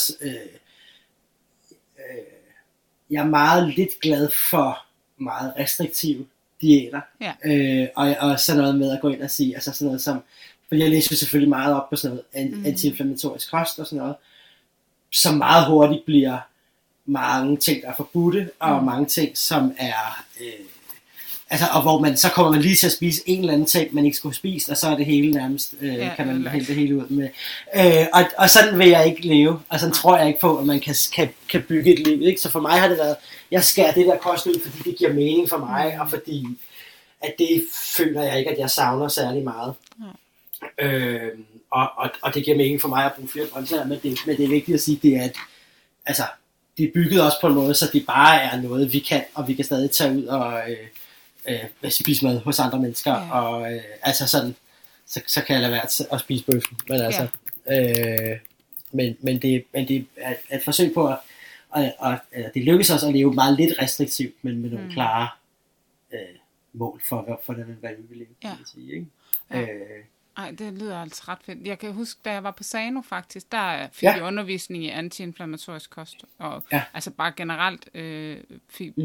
S2: jeg er meget lidt glad for meget restriktive diæter. Og sådan noget med at gå ind og sige, altså sådan noget som, for jeg læser selvfølgelig meget op på sådan noget antiinflammatorisk kost og sådan noget, som meget hurtigt bliver mange ting, der er forbudte, og mange ting, som er, og hvor så kommer man lige til at spise en eller anden ting, man ikke skulle spise, og så er det hele nærmest, kan man hælde det hele ud med. Og sådan vil jeg ikke leve, og sådan tror jeg ikke på, at man kan bygge et liv, ikke? Så for mig har det været, jeg skærer det der kost ud, fordi det giver mening for mig, og fordi, at det føler jeg ikke, at jeg savner særlig meget. Og det giver mening for mig at bruge flere grøntsager, men det er vigtigt at sige, det er de er bygget også på en måde, så det bare er noget, vi kan, og vi kan stadig tage ud og spise mad hos andre mennesker, og altså sådan, så kan jeg lade være at spise bøffen, men altså, men det er et forsøg på at det lykkes os at leve meget lidt restriktivt, men med nogle klare mål for hvad vi vil leve, kan man sige, ikke?
S1: Ej, det lyder altså ret fedt. Jeg kan huske, da jeg var på Sano faktisk, der fik vi undervisning i antiinflammatorisk kost. Og altså bare generelt fik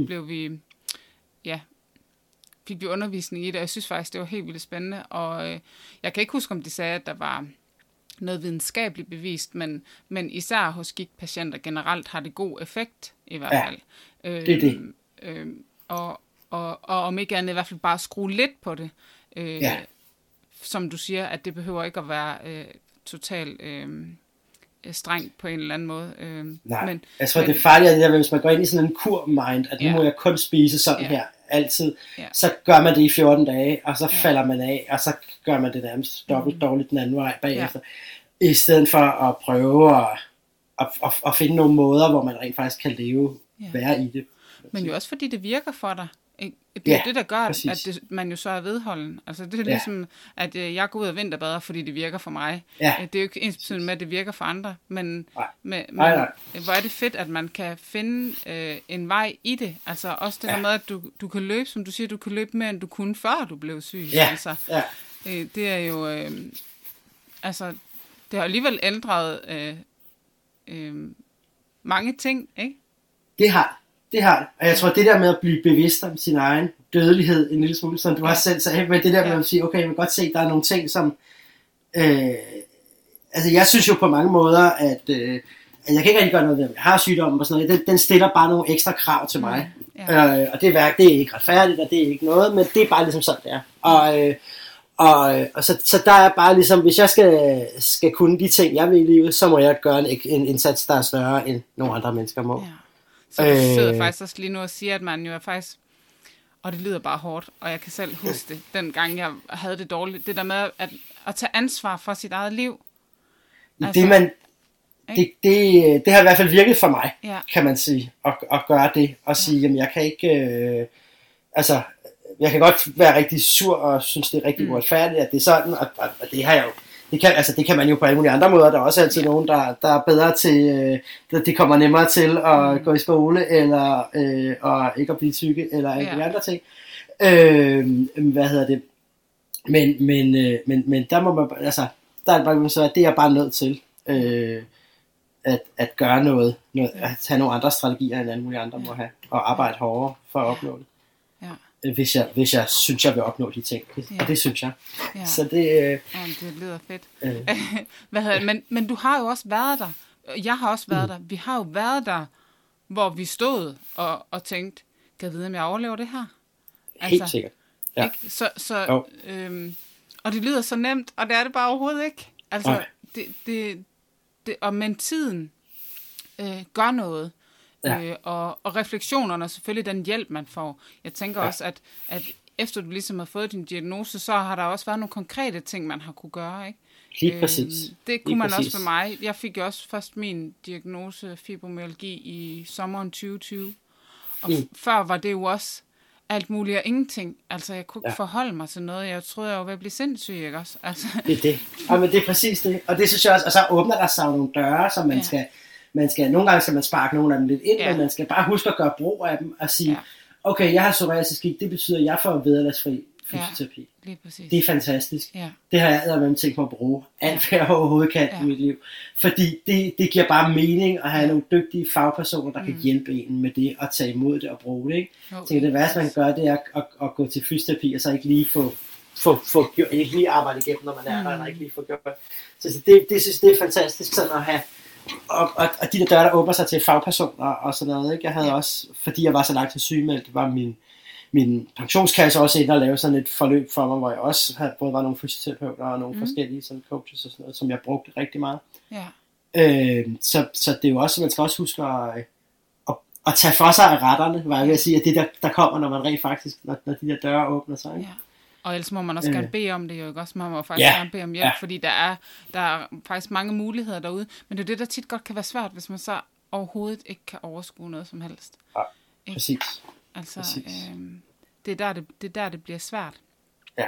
S1: vi undervisning i det, og jeg synes faktisk, det var helt vildt spændende. Og jeg kan ikke huske, om de sagde, at der var noget videnskabeligt bevist, men især hos gigtpatienter generelt har det god effekt, i hvert fald.
S2: Det er det.
S1: Og om ikke andet, i hvert fald bare skrue lidt på det. Som du siger, at det behøver ikke at være totalt strengt på en eller anden måde.
S2: Nej, jeg tror, det er farligt, at hvis man går ind i sådan en kur-mind, at nu må jeg kun spise sådan her, altid, så gør man det i 14 dage, og så falder man af, og så gør man det nærmest dobbelt dårligt den anden vej bagefter. I stedet for at prøve at finde nogle måder, hvor man rent faktisk kan leve, være i det.
S1: Men jo også fordi det virker for dig. Det er det, der gør, at man jo så er vedholden. Altså det er ligesom, at jeg går ud og vinterbader, fordi det virker for mig. Det er jo ikke ensbetydende med, at det virker for andre. Men hvor er det fedt, at man kan finde en vej i det. Altså også det der med, at du kan løbe, som du siger, du kan løbe mere, end du kunne, før du blev syg. Altså, det er jo... altså, det har alligevel ændret mange ting, ikke?
S2: Det har det. Og jeg tror, det der med at blive bevidst om sin egen dødelighed en lille smule, som du har selv sagt, men det der med at sige, okay, jeg vil godt se, der er nogle ting, som... altså, jeg synes jo på mange måder, at jeg kan ikke rigtig gøre noget ved, at jeg har sygdommen og sådan noget. Den stiller bare nogle ekstra krav til mig. Og det er ikke retfærdigt, og det er ikke noget, men det er bare ligesom sådan, det er. Og så der er bare ligesom, hvis jeg skal kunne de ting, jeg vil i livet, så må jeg gøre en indsats, der er større, end nogle andre mennesker må.
S1: Så du sidder faktisk også lige nu og siger, at man jo er faktisk, og det lyder bare hårdt, og jeg kan selv huske det, den jeg havde det dårligt, det der med at tage ansvar for sit eget liv. Altså,
S2: det har i hvert fald virket for mig, kan man sige, at gøre det, og sige, jamen jeg kan ikke, jeg kan godt være rigtig sur, og synes det er rigtig uretfærdigt, at det er sådan, og det har jeg jo. Det kan man jo på alle mulige andre måder. Der er også altid nogen, der er bedre til, det kommer nemmere til at gå i skole, eller og ikke at blive tykke, eller alle de andre ting. Hvad hedder det? Men der må man, altså, der er bare så, at det er bare nødt til at gøre noget, at have nogle andre strategier, end alle mulige andre må have, og arbejde hårdere for at opnå det. Hvis jeg synes, jeg vil opnå de ting. Og det synes jeg. Så det...
S1: det lyder fedt. Men du har jo også været der. Jeg har også været der. Vi har jo været der, hvor vi stod og tænkte, kan jeg vide, om jeg overlever det her?
S2: Altså, helt sikkert. Ja.
S1: Ikke? Og det lyder så nemt, og det er det bare overhovedet ikke. Altså, men tiden gør noget. Og refleksionerne, og selvfølgelig den hjælp, man får. Jeg tænker også, at efter du ligesom har fået din diagnose, så har der også været nogle konkrete ting, man har kunne gøre, ikke?
S2: Lige præcis.
S1: Det kunne man også for mig. Jeg fik jo også først min diagnose fibromyalgi i sommeren 2020. Og før var det jo også alt muligt og ingenting. Altså, jeg kunne ikke forholde mig til noget. Jeg troede, jeg var ved at blive sindssyg, ikke også? Altså.
S2: Det er det. Men det er præcis det. Og det synes jeg også, og så åbner der sig nogle døre, som man skal, nogle gange skal man sparke nogle af dem lidt ind, men man skal bare huske at gøre brug af dem, og sige, okay, jeg har psoriasis gigt, det betyder, at jeg får vederlagsfri fysioterapi. Det er fantastisk. Det har jeg eddermame tænkt mig at bruge alt, hvad jeg overhovedet kan i mit liv. Fordi det giver bare mening at have nogle dygtige fagpersoner, der kan hjælpe en med det, og tage imod det og bruge det. Ikke? Det værste, man kan gøre, det er at gå til fysioterapi, og så ikke lige ikke lige arbejde igennem, når man er der, eller ikke lige få gjort det. Så det synes det er fantastisk sådan at have. Og de der døre, der åbner sig til fagpersoner og sådan noget, ikke? Jeg havde også, fordi jeg var så langt til sygemeldt, var min pensionskasse også inde og lave sådan et forløb for mig, hvor jeg også havde, både var nogle fysioterapeuter og nogle forskellige sådan coaches og sådan noget, som jeg brugte rigtig meget. Så det er jo også, man skal også huske at tage for sig af retterne, var jeg ved at sige, at det der kommer, når man rent faktisk, når de der døre åbner sig. Ikke?
S1: Og ellers må man også gerne bede om det jo, ikke også? Man må faktisk gerne bede om hjælp, fordi der er faktisk mange muligheder derude. Men det er det, der tit godt kan være svært, hvis man så overhovedet ikke kan overskue noget som helst.
S2: Ja,
S1: ikke?
S2: præcis.
S1: Altså,
S2: præcis.
S1: Det er der, det bliver svært.
S2: Ja.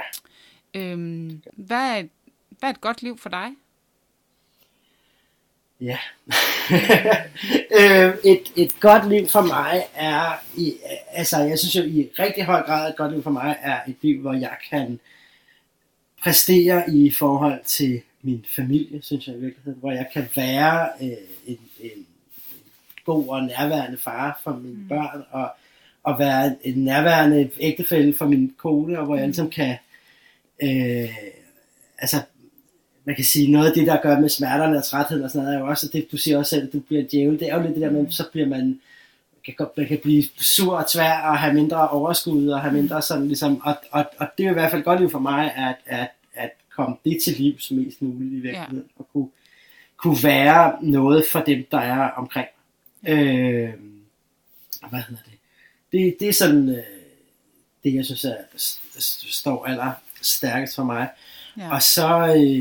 S1: Hvad er et godt liv for dig?
S2: Ja. Et godt liv for mig er, jeg synes jo i rigtig høj grad, et godt liv for mig er et liv, hvor jeg kan præstere i forhold til min familie, synes jeg i virkeligheden, hvor jeg kan være en god og nærværende far for mine børn, og være en nærværende ægtefælle for min kone, og hvor jeg ligesom kan, man kan sige, noget af det, der gør med smerterne og trætheden og sådan noget, er jo også, det du siger også selv, at du bliver djævel. Det er jo lidt det der med, så bliver man kan blive sur og tvær og have mindre overskud og have mindre sådan ligesom, og det er i hvert fald godt liv for mig, at komme det til livs mest muligt i virkeligheden, og kunne være noget for dem, der er omkring. Hvad hedder det? Det er sådan det, jeg synes, står aller stærkest for mig. Ja. Og så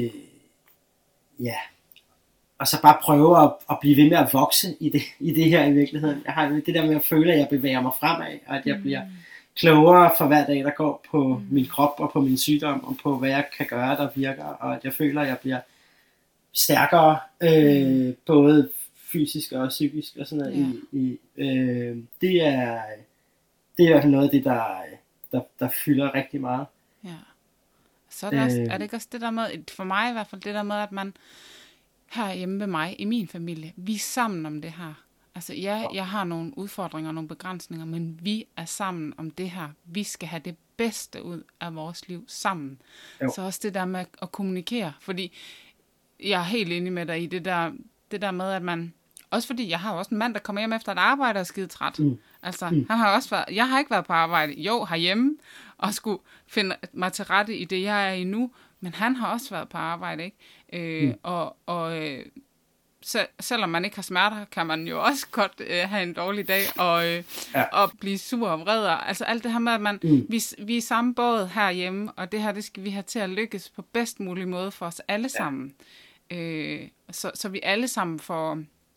S2: og så bare prøve at blive ved med at vokse i det her i virkeligheden. Jeg har det der med at føle, at jeg bevæger mig fremad, og at jeg bliver klogere for hver dag, der går på min krop og på min sygdom, og på hvad jeg kan gøre, der virker, og at jeg føler, at jeg bliver stærkere, både fysisk og psykisk og sådan noget. Det er i hvert fald noget af det, der fylder rigtig meget.
S1: Ja. Så er det, også, er det ikke også det der med, for mig i hvert fald, det der med, at man herhjemme ved mig, i min familie, vi er sammen om det her. Altså jeg har nogle udfordringer, nogle begrænsninger, men vi er sammen om det her. Vi skal have det bedste ud af vores liv sammen. Jo. Så også det der med at kommunikere, fordi jeg er helt enig med dig i det der med, at man, også fordi jeg har også en mand, der kommer hjem efter et arbejde og er skide træt. Altså, han har også været, jeg har ikke været på arbejde, herhjemme, og skulle finde mig til rette i det, jeg er i nu, men han har også været på arbejde, ikke? Så selvom man ikke har smerter, kan man jo også godt have en dårlig dag, og blive sur og vred. Altså alt det her med, at vi er samme båd herhjemme, og det her, det skal vi have til at lykkes på bedst mulig måde for os alle sammen. Så vi alle sammen får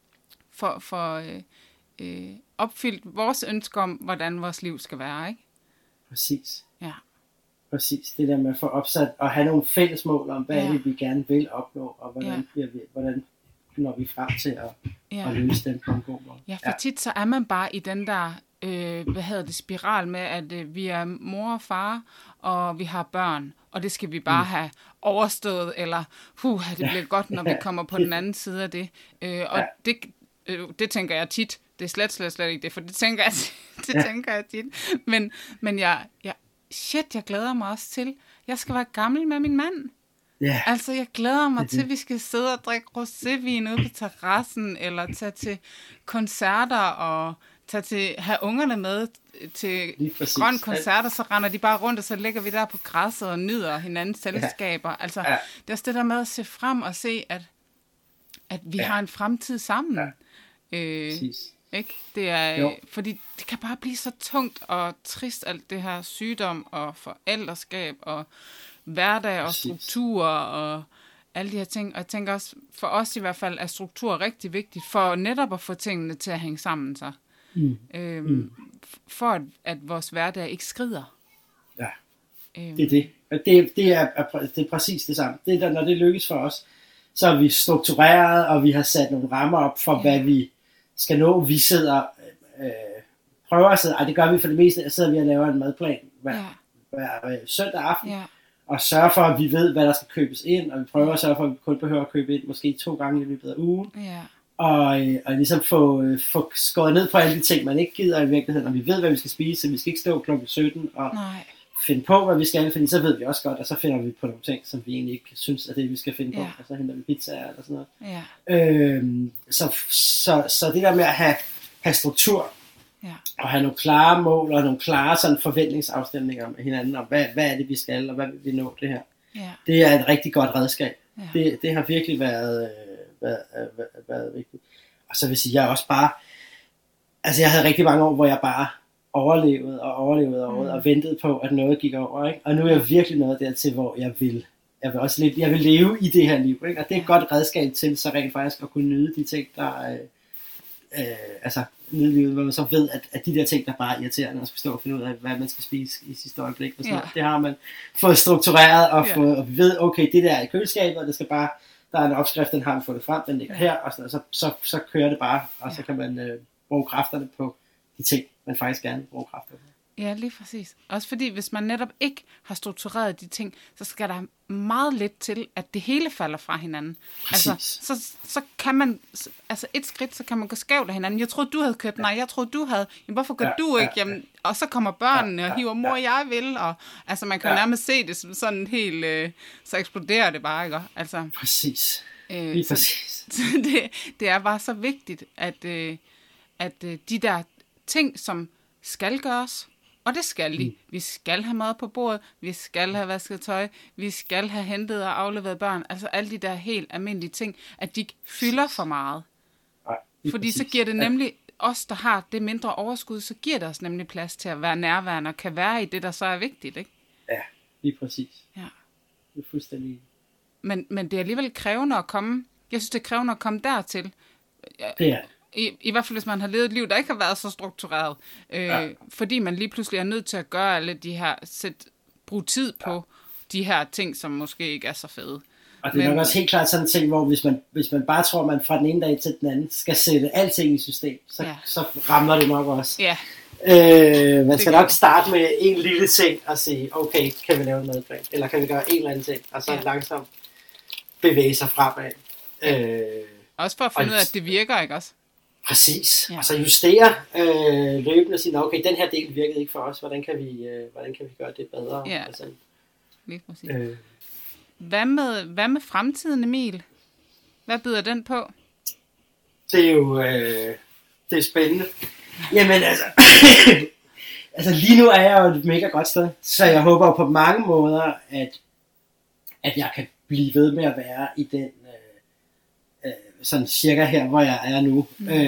S1: opfyldt vores ønsker om, hvordan vores liv skal være, ikke?
S2: Præcis.
S1: Ja.
S2: Præcis. Det der med at få opsat og have nogle fælles mål om, hvad vi gerne vil opnå, og hvordan når vi frem til at løse dem på en god måde.
S1: Ja, for tit så er man bare i den der spiral med, at vi er mor og far, og vi har børn, og det skal vi bare have overstået, eller det bliver godt, når vi kommer på den anden side af det. Det tænker jeg tit. Det er slet ikke det, for det tænker jeg tit. Men jeg glæder mig også til. Jeg skal være gammel med min mand.
S2: Yeah.
S1: Altså, jeg glæder mig til, at vi skal sidde og drikke rosévin ude på terrassen, eller tage til koncerter, og have ungerne med til grøn koncerter, så render de bare rundt, og så ligger vi der på græsset og nyder hinandens selskaber. Altså, det er også det der med at se frem og se, at vi har en fremtid sammen. Ikke? Det er, fordi det kan bare blive så tungt og trist, alt det her sygdom og forældreskab og hverdag og struktur og alle de her ting. Og jeg tænker også, for os i hvert fald, er struktur rigtig vigtigt for netop at få tingene til at hænge sammen sig. For at vores hverdag ikke skrider.
S2: Ja, det er det. Og det er præcis det samme. Det er, når det lykkes for os, så er vi struktureret, og vi har sat nogle rammer op for, hvad vi skal nå. Vi sidder, prøver at sidde, det gør vi for det meste, sidder vi og laver en madplan hver søndag aften, og sørger for, at vi ved, hvad der skal købes ind, og vi prøver at sørge for, at vi kun behøver at købe ind måske 2 gange i løbet af ugen, og ligesom få skåret ned på alle de ting, man ikke gider i virkeligheden, og vi ved, hvad vi skal spise, vi skal ikke stå klokken 17 og finde på, hvad vi skal, fordi så ved vi også godt, og så finder vi på nogle ting, som vi egentlig ikke synes, er det, vi skal finde på, og så henter vi pizzaer eller sådan noget. Så det der med at have struktur, og have nogle klare mål, og nogle klare sådan forventningsafstemninger med hinanden, om hvad er det, vi skal, og hvad vil vi nå det her. Det er et rigtig godt redskab. Det har virkelig været vigtigt. Og så vil jeg sige, jeg også bare, altså jeg havde rigtig mange år, hvor jeg bare overlevede og ventede på, at noget gik over, ikke? Og nu er jeg virkelig nået dertil, hvor jeg vil leve i det her liv, ikke? Og det er et godt redskab til så rent faktisk at kunne nyde de ting, altså nede i livet, hvor man så ved, at de der ting, der bare er irriterende, og skal stå og finde ud af, hvad man skal spise i sidste øjeblik, og sådan noget, det har man fået struktureret, og vi ved, okay, det der er i køleskabet, og det skal bare, der er en opskrift, den har vi fået frem, den ligger her, og sådan, så kører det bare, og så kan man bruge kræfterne på de ting, man faktisk gerne vil bruge kræfter på. Ja,
S1: lige præcis. Også fordi, hvis man netop ikke har struktureret de ting, så skal der meget lidt til, at det hele falder fra hinanden.
S2: Præcis.
S1: Altså, så kan man, altså et skridt, så kan man gå skævt af hinanden. Jeg troede, du havde købt, nej, jeg troede, du havde. Jamen, hvorfor gør du ikke? Jamen, og så kommer børnene og hiver, mor, jeg vil. Og, altså, man kan jo nærmest se det som sådan helt, så eksploderer det bare, ikke? Altså,
S2: præcis. Lige præcis.
S1: Så det er bare så vigtigt, at de der ting, som skal gøres, og det skal de. Vi skal have mad på bordet, vi skal have vasket tøj, vi skal have hentet og afleveret børn. Altså alle de der helt almindelige ting, at de ikke fylder for meget.
S2: Nej,
S1: fordi præcis. Så giver det nemlig os, der har det mindre overskud, så giver det os nemlig plads til at være nærværende og kan være i det, der så er vigtigt, ikke?
S2: Ja, lige præcis.
S1: Ja.
S2: Det er fuldstændig.
S1: Men det er alligevel krævende at komme. Jeg synes, det er krævende at komme dertil.
S2: Det er
S1: I hvert fald, hvis man har levet et liv, der ikke har været så struktureret. Fordi man lige pludselig er nødt til at gøre alle de her, bruge tid på de her ting, som måske ikke er så fede.
S2: Og det er nok også helt klart sådan en ting, hvor hvis man bare tror, man fra den ene dag til den anden skal sætte alting i system, så ramler det nok også.
S1: Ja.
S2: Man skal nok starte med en lille ting og sige, okay, kan vi lave en madplan? Eller kan vi gøre en eller anden ting? Og så langsomt bevæge sig fremad.
S1: Også for at finde ud af, at det virker, ikke også?
S2: Præcis. Ja. Og så justere løbende og sige, okay, den her del virkede ikke for os. Hvordan kan vi gøre det bedre?
S1: Ja,
S2: altså,
S1: lige præcis. Hvad med fremtiden, Emil? Hvad byder den på?
S2: Det er jo det er spændende. Jamen altså, altså lige nu er jeg jo et mega godt sted, så jeg håber på mange måder, at jeg kan blive ved med at være i den sådan cirka her, hvor jeg er nu.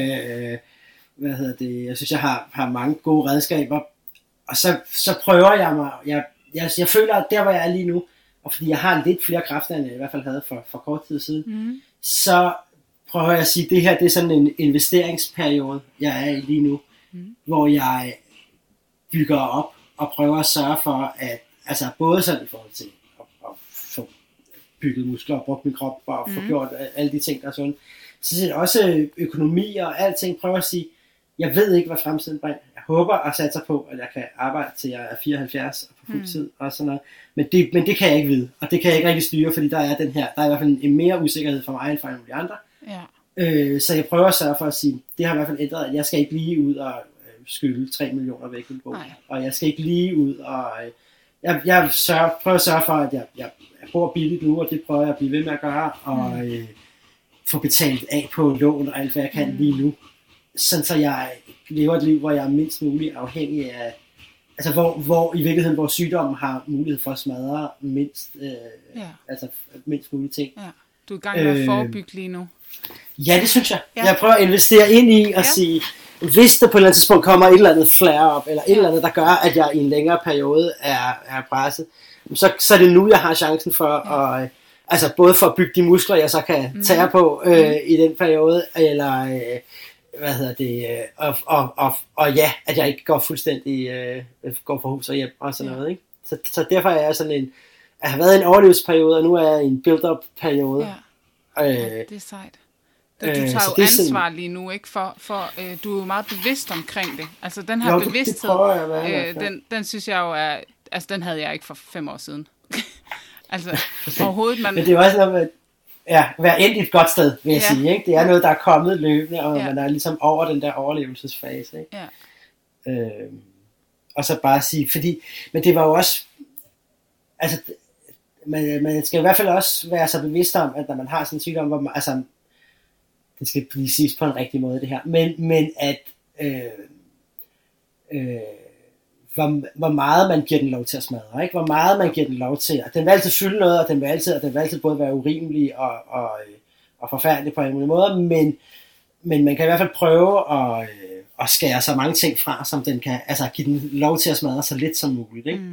S2: Jeg synes, jeg har mange gode redskaber, og så prøver jeg mig, jeg føler, at der, hvor jeg er lige nu, og fordi jeg har lidt flere kræfter, end jeg i hvert fald havde for kort tid siden, så prøver jeg at sige, at det her, det er sådan en investeringsperiode, jeg er i lige nu, hvor jeg bygger op, og prøver at sørge for, at, altså både sådan i forhold til at få bygget muskler, og brugt min krop, og få gjort alle de ting, der er sunde, så også økonomi og alting, prøver at sige, jeg ved ikke, hvad fremtiden bringer. Jeg håber og satser på, at jeg kan arbejde til jeg er 74 og på fuld tid og sådan noget. Men det kan jeg ikke vide, og det kan jeg ikke rigtig styre, fordi der er i hvert fald en mere usikkerhed for mig end for de andre. Ja. Så jeg prøver at sørge for at sige, det har i hvert fald ændret, at jeg skal ikke lige ud og skylde 3 millioner væk i bog. Og jeg skal ikke lige ud og jeg prøver at sørge for, at jeg bor billigt nu, og det prøver jeg at blive ved med at gøre, og få betalt af på lån og alt, hvad jeg kan lige nu. Sådan så jeg lever et liv, hvor jeg er mindst muligt afhængig af, altså hvor i virkeligheden, hvor sygdommen har mulighed for at smadre mindst mulige ting.
S1: Ja. Du er i gang med at forebygge lige nu.
S2: Ja, det synes jeg. Ja. Jeg prøver at investere ind i og sige, hvis der på et eller andet tidspunkt kommer et eller andet flare op, eller et eller andet, der gør, at jeg i en længere periode er presset, så er det nu, jeg har chancen for at, altså både for at bygge de muskler, jeg så kan tage på i den periode, eller at jeg ikke går fuldstændig går for hus og hjem og sådan noget, ikke? Så derfor er jeg sådan jeg har været i en overlevelsesperiode, og nu er jeg i en build-up-periode.
S1: Ja, det er sejt. Du tager jo ansvar lige nu, ikke? For du er jo meget bevidst omkring det. Altså den her bevidsthed, den synes jeg jo er, altså den havde jeg ikke for 5 år siden. Altså overhovedet,
S2: Men det er jo også noget med, være endt et godt sted, vil jeg sige, ikke? Det er noget, der er kommet løbende, og man er ligesom over den der overlevelsesfase, ikke? Ja. Og så bare sige, men det var jo også, altså, man skal i hvert fald også være så bevidst om, at når man har sådan en sygdom, hvor man, altså, det skal lige siges på en rigtig måde, det her, men at, hvor meget man giver den lov til at smadre, ikke? Hvor meget man giver den lov til, og den vil altid fylde noget, og den vil altid både være urimelig og forfærdelig på en mulig måde, men man kan i hvert fald prøve at skære så mange ting fra, som den kan, altså give den lov til at smadre så lidt som muligt, ikke?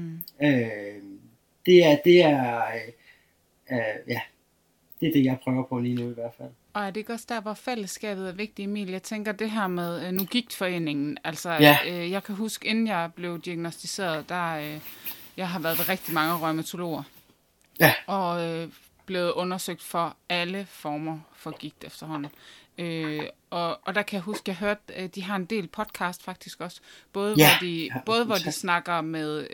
S2: Det er det, jeg prøver på lige nu i hvert fald.
S1: Og er det ikke også der, hvor fællesskabet er vigtigt, Emil? Jeg tænker det her med Nu Gigt-foreningen. Altså, jeg kan huske, inden jeg blev diagnosticeret, jeg har været ved rigtig mange rheumatologer.
S2: Ja.
S1: Og blevet undersøgt for alle former for gigt efterhånden. Og der kan jeg huske, jeg hørte, de har en del podcast faktisk også. Både hvor de snakker med,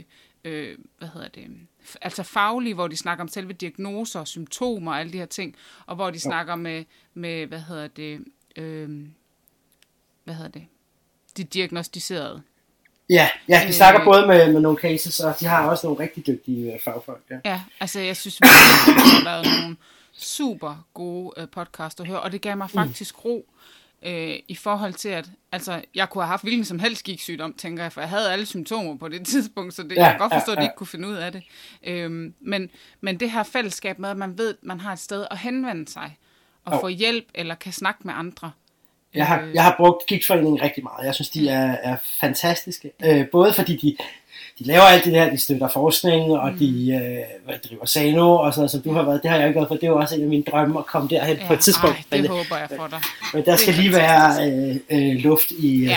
S1: altså faglige, hvor de snakker om selve diagnoser og symptomer og alle de her ting, og hvor de snakker med de diagnostiserede.
S2: Ja, de snakker både med nogle cases, og de har også nogle rigtig dygtige fagfolk.
S1: Ja, altså jeg synes, det har været nogle super gode podcast at høre, og det gav mig faktisk ro i forhold til, at altså, jeg kunne have haft hvilken som helst gigtsygdom, tænker jeg, for jeg havde alle symptomer på det tidspunkt, så jeg kan godt forstå, at de ikke kunne finde ud af det. Men det her fællesskab med, at man ved, at man har et sted at henvende sig, og få hjælp, eller kan snakke med andre.
S2: Jeg har brugt Gigtforeningen rigtig meget. Jeg synes, de er fantastiske. Både fordi de laver alt det der, de støtter forskning, og de driver Sano og sådan noget, som du har været. Det har jeg ikke gjort, for det er jo også en af mine drømme at komme derhen på et tidspunkt.
S1: Det håber jeg for dig.
S2: Men der skal lige være luft i...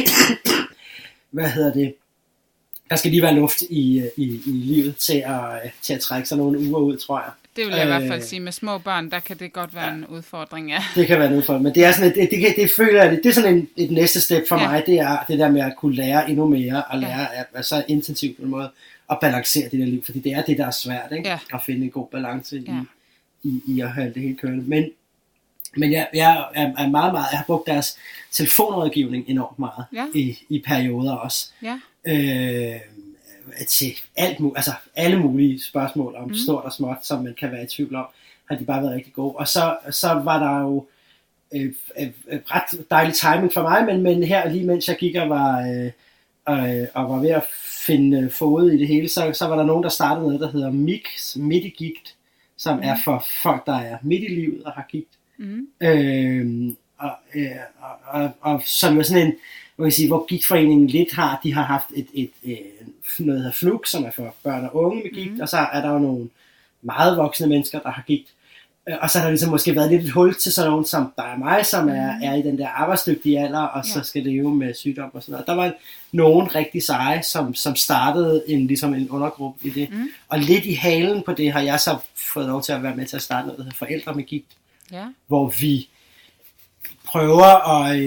S2: Der skal lige være luft i livet til at trække sig nogle uger ud, tror jeg.
S1: Det vil jeg i hvert fald sige. Med små børn, der kan det godt være en udfordring, ja.
S2: Det kan være en udfordring, men det er sådan det føler jeg, det er sådan et næste step for mig, det er det der med at kunne lære endnu mere, og lære at så intensivt på en måde, at balancere det der liv, fordi det er det, der er svært, ikke? Ja. At finde en god balance i at holde det hele kørende. Men jeg er meget, jeg har brugt deres telefonrådgivning enormt meget i perioder også. Ja. Til alle mulige spørgsmål om stort og småt, som man kan være i tvivl om, har de bare været rigtig gode. Og så var der jo ret dejlig timing for mig, men her lige mens jeg gik og var ved at finde fod i det hele, så var der nogen, der startede noget, der hedder MIGS, midt i gigt, som er for folk, der er midt i livet og har gigt. Og som er sådan en, hvor Gigtforeningen lidt de har haft noget, der hedder FNUG, som er for børn og unge med gigt, og så er der jo nogle meget voksne mennesker, der har gigt. Og så har der ligesom måske været lidt et hul til sådan nogen, som der er mig, som er i den der arbejdsdygtige alder, og så skal det jo med sygdom og sådan noget. Der var nogen rigtig seje, som startede ligesom en undergruppe i det. Og lidt i halen på det har jeg så fået lov til at være med til at starte noget, der hedder Forældre med gigt. Ja. Hvor vi prøver at...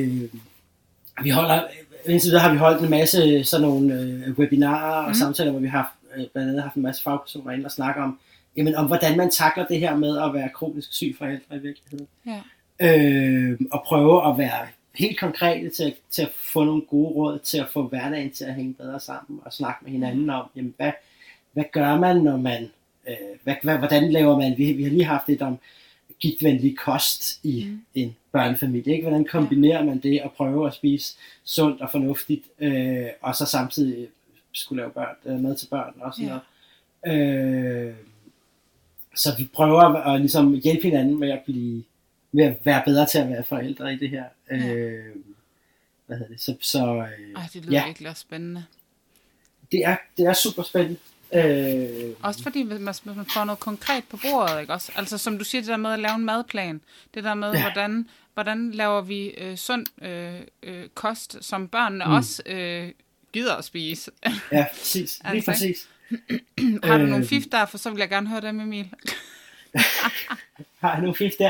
S2: indtil videre har vi holdt en masse sådan nogle webinarer og samtaler, hvor vi har blandt andet haft en masse fagpersoner ind og snakke om, om hvordan man takler det her med at være kronisk syg forældre i virkeligheden. Ja. Og prøve at være helt konkrete til at få nogle gode råd til at få hverdagen til at hænge bedre sammen og snakke med hinanden om, hvad gør man, når man... hvordan laver man... Vi har lige haft et om gigtvenlig kost i en børnefamilie. Ikke? Hvordan kombinerer man det og prøve at spise sundt og fornuftigt, og så samtidig skulle lave mad til børn og sådan noget. Så vi prøver at ligesom hjælpe hinanden med at være bedre til at være forældre i det her. Hvad hedder det?
S1: Det lyder virkelig også spændende.
S2: Det er super spændende.
S1: Også fordi man får noget konkret på bordet, ikke også? Altså som du siger, det der med at lave en madplan, det der med hvordan laver vi sund kost, som børnene også gider at spise.
S2: Ja, præcis. Lige præcis.
S1: Har du nogle fif der, for så vil jeg gerne høre dem, Emil.
S2: Har jeg nogle fif der?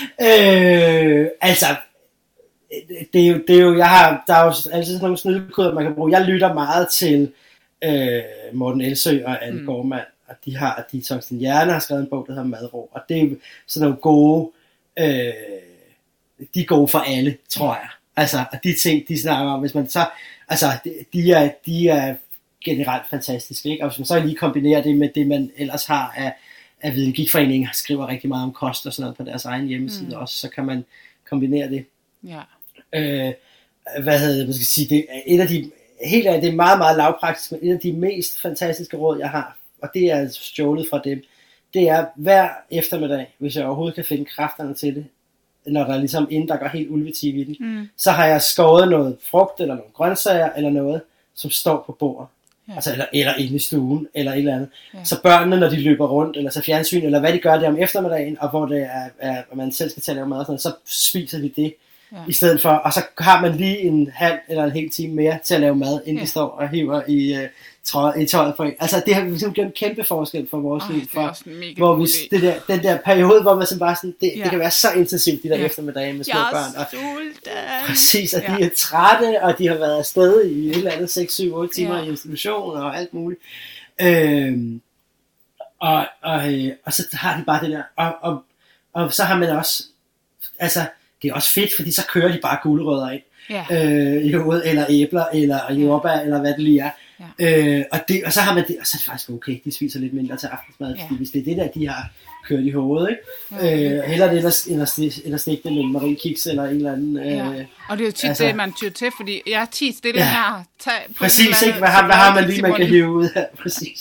S2: Altså det er jo der er jo altid sådan nogle snydekoder man kan bruge. Jeg lytter meget til Morten Elsø og Anne Gormand, og de har Detox Din Hjerne har skrevet en bog, der hedder Madro, og det er sådan nogle gode, de er gode for alle, tror jeg. Altså, og de ting, de snakker om, hvis man så, altså, de er generelt fantastiske, ikke? Og hvis man så lige kombinerer det med det, man ellers har af Viden Gigtforeningen, skriver rigtig meget om kost og sådan noget på deres egen hjemmeside også, så kan man kombinere det. Ja. Man skal sige, det er et af de helt ærligt, det er meget, meget lavpraktisk, men et af de mest fantastiske råd, jeg har, og det er stjålet fra dem, det er hver eftermiddag, hvis jeg overhovedet kan finde kræfterne til det, når der er ligesom inden der går helt ulvetiv i den, så har jeg skåret noget frugt, eller nogle grøntsager, eller noget, som står på bordet. Ja. Altså, eller inde i stuen, eller et eller andet. Ja. Så børnene, når de løber rundt, eller så fjernsyn, eller hvad de gør der om eftermiddagen, og hvor det er man selv skal tage lave mad og sådan noget, så spiser vi det. Ja. I stedet for, og så har man lige en halv eller en hel time mere til at lave mad, inden de står og hiver i tøjet på en. Altså det har gjort en kæmpe forskel for vores liv, hvor vi, den der periode, hvor man sådan bare sådan, det kan være så intensivt, de der eftermiddage med små børn. Og, præcis, og de er trætte, og de har været afsted i et eller andet 6, 7, 8 timer i institution og alt muligt. Og så har de bare det der, og så har man også, altså det er også fedt, fordi så kører de bare gulerødder ind i hovedet, eller æbler, eller jordbær, eller hvad det lige er. Ja. Og så har man det, og så er det faktisk okay, de spiser lidt mindre til aftensmad, fordi hvis det er det der, de har kørt i hovedet, ikke? Heller det, end at stikke det med en marinekiks, eller en eller anden...
S1: Og det er jo tit det, man tyr til, fordi jeg er 10 stille her.
S2: Præcis, ikke? Hvad har man lige, man kan hive ud her? Præcis.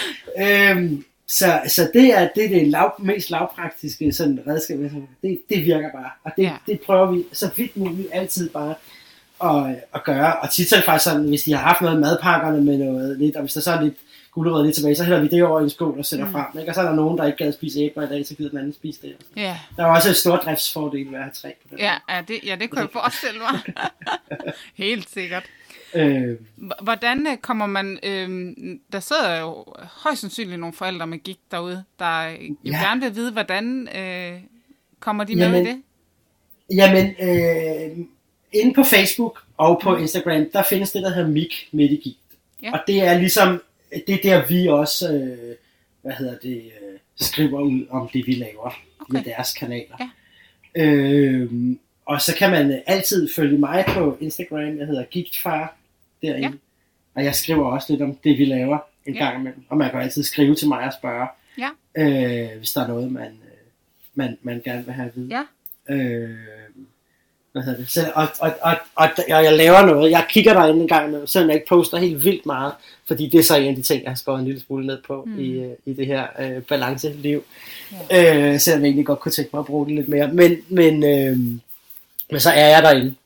S2: Så det er det mest lavpraktiske sådan redskab. Det virker bare, og det prøver vi så vidt muligt altid bare at gøre. Og tit er det faktisk sådan, hvis de har haft noget i madpakkerne med noget lidt, og hvis der så er lidt gulerødder lidt tilbage, så hælder vi det over i en skål og sætter frem. Ikke? Og så er der nogen, der ikke gad spise æbler i dag, så gider den anden spise det. Der er også et stort driftsfordel ved at have 3 på den.
S1: Det kunne jeg forestille mig. Helt sikkert. Hvordan kommer man, der sidder jo højst sandsynligt nogle forældre med gigt derude, der jo gerne vil vide, hvordan kommer de med i det?
S2: Jamen, inde på Facebook og på Instagram, der findes det, der hedder MIG midt i gigt. Ja. Og det er ligesom, det er der vi også, skriver ud om det, vi laver med deres kanaler. Ja. Og så kan man altid følge mig på Instagram, jeg hedder Gigtfar derinde. Ja. Og jeg skriver også lidt om det, vi laver en gang imellem. Og man kan altid skrive til mig og spørge, hvis der er noget, man gerne vil have at vide. Ja. Så, og jeg laver noget. Jeg kigger derinde en gang imellem, selvom jeg ikke poster helt vildt meget. Fordi det er så en af de ting, jeg har skåret en lille smule ned på i det her balanceliv. Ja. Selvom jeg egentlig godt kunne tænke mig at bruge det lidt mere. Men så er jeg derinde.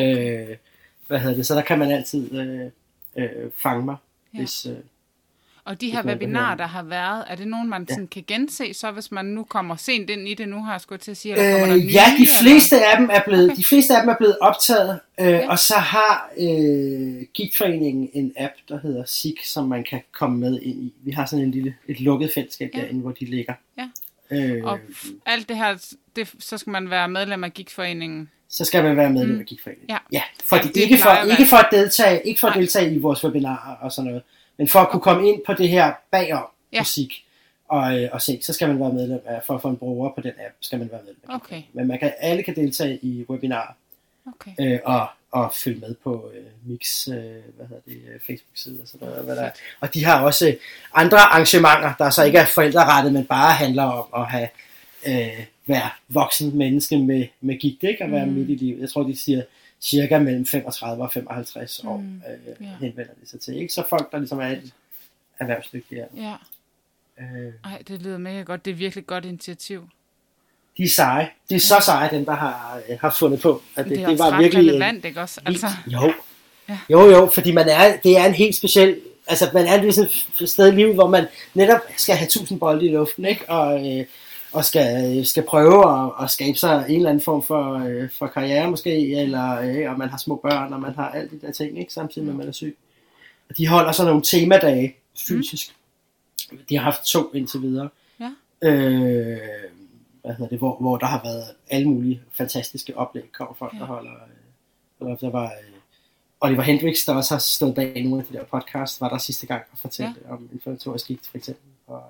S2: Så der kan man altid fange mig. Hvis,
S1: og de her webinarer, der har været, er det nogen, man sådan kan gense, så hvis man nu kommer sent ind i det, nu har jeg sgu til at sige, eller kommer der nye?
S2: Ja, de fleste af dem er blevet optaget, og så har Gigtforeningen en app, der hedder SIG, som man kan komme med ind i. Vi har sådan et lukket fællesskab derinde, hvor de ligger. Ja.
S1: Og alt det her, så skal man være medlem af Gigtforeningen?
S2: Så skal man være medlem af Gigtforeningen. Ja, fordi ikke for at deltage i vores webinarer og sådan noget, men for at kunne komme ind på det her bagom musik og se, så skal man være medlem af, for at få en bruger på den app, skal man være medlem af. Okay. Men alle kan deltage i webinarer og følge med på Mix, Facebook-side og sådan noget. Hvad der er. Og de har også andre arrangementer, der så ikke er forældrerettet, men bare handler om at have være voksen menneske med gigt, ikke? Og være midt i livet. Jeg tror, de siger cirka mellem 35 og 55 år henvender de sig til. Ikke? Så folk, der ligesom er et erhvervsdygtige. Ja.
S1: Ej, det lyder mega godt. Det er virkelig et godt initiativ.
S2: De er seje. Det er så seje, dem der har fundet på. At
S1: det var virkelig relevant, ikke også? Altså.
S2: Jo, fordi det er en helt speciel, altså man er ligesom et sted i livet, hvor man netop skal have 1000 bolde i luften, ikke? Og skal prøve at skabe sig en eller anden form for karriere måske, eller og man har små børn, og man har alle de der ting, ikke? Samtidig med, at man er syg. Og de holder sådan nogle temadage fysisk. De har haft 2 indtil videre. Ja. Hvor der har været alle mulige fantastiske oplæg, kommer folk, der holder. Der var Oliver Hendricks, der også har stået bag nogle af de der podcasts, var der sidste gang og fortalte om inflammatorisk gigt, for eksempel. Og,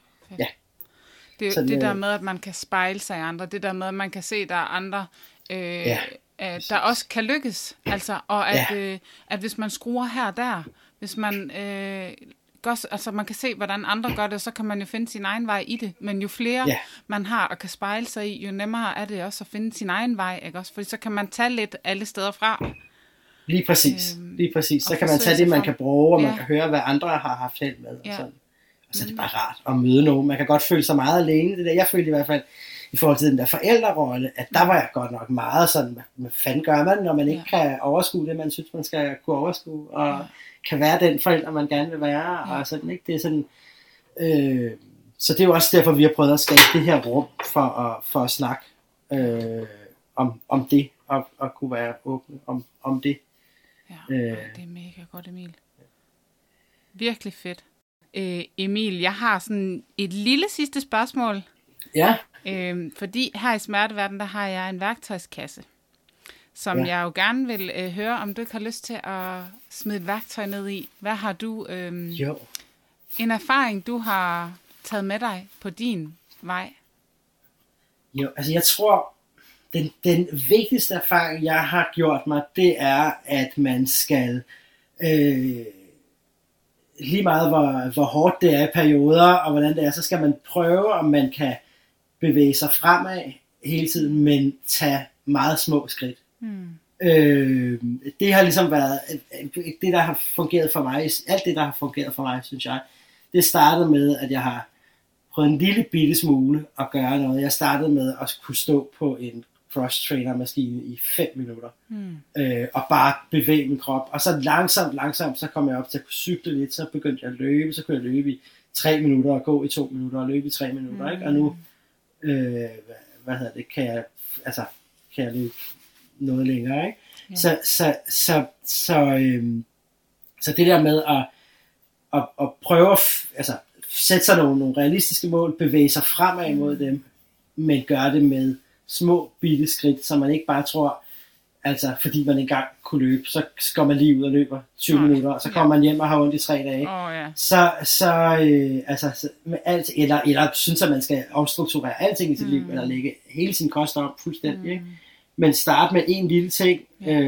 S1: det der med, at man kan spejle sig i andre, det der med, at man kan se, at der er andre, der også kan lykkes. Altså, og at hvis man skruer her og der, hvis man altså man kan se, hvordan andre gør det, så kan man jo finde sin egen vej i det. Men jo flere man har og kan spejle sig i, jo nemmere er det også at finde sin egen vej, ikke også? Fordi så kan man tage lidt alle steder fra.
S2: Lige præcis. Så kan man tage det, man kan bruge, og man kan høre, hvad andre har haft held med. Og sådan. Og så er det bare rart at møde nogen. Man kan godt føle sig meget alene. Det der, jeg følte i hvert fald, i forhold til den der forældrerolle, at der var jeg godt nok meget sådan, hvad fanden gør man, når man ikke kan overskue det, man synes, man skal kunne overskue, og kan være den forælder, man gerne vil være, og sådan, ikke? Det er sådan, så det er jo også derfor, vi har prøvet at skabe det her rum, for at snakke om det, og kunne være åbne om det.
S1: Ja, det er mega godt, Emil. Virkelig fedt. Emil, jeg har sådan et lille sidste spørgsmål.
S2: Ja.
S1: Fordi her i Smerteverden, der har jeg en værktøjskasse, som jeg jo gerne vil høre, om du ikke har lyst til at smide et værktøj ned i. Hvad har du, en erfaring, du har taget med dig på din vej?
S2: Jo, altså jeg tror, den vigtigste erfaring, jeg har gjort mig, det er, at man skal, lige meget hvor hårdt det er i perioder, og hvordan det er, så skal man prøve, om man kan bevæge sig fremad hele tiden, men tage meget små skridt. Det har ligesom været det, der har fungeret for mig. Alt det, der har fungeret for mig, synes jeg, det startede med, at jeg har prøvet en lille bitte smule at gøre noget. Jeg startede med at kunne stå på en cross-trainer-maskine i 5 minutter, og bare bevæge min krop, og så langsomt, så kom jeg op til at kunne cykle lidt, så begyndte jeg at løbe, så kunne jeg løbe i 3 minutter, og gå i 2 minutter, og løbe i 3 minutter, ikke? Og nu, kan jeg løbe noget længere, ikke? Ja. Så det der med at prøve at sætte sig nogle realistiske mål, bevæge sig fremad mod dem, men gøre det med små bitte skridt, så man ikke bare tror, altså fordi man engang kunne løbe, så går man lige ud og løber 20 minutter, og så kommer man hjem og har ondt i 3 dage. Eller synes, at man skal omstrukturere alting i sit liv, eller lægge hele sin kost op fuldstændig, ikke? Men start med en lille ting,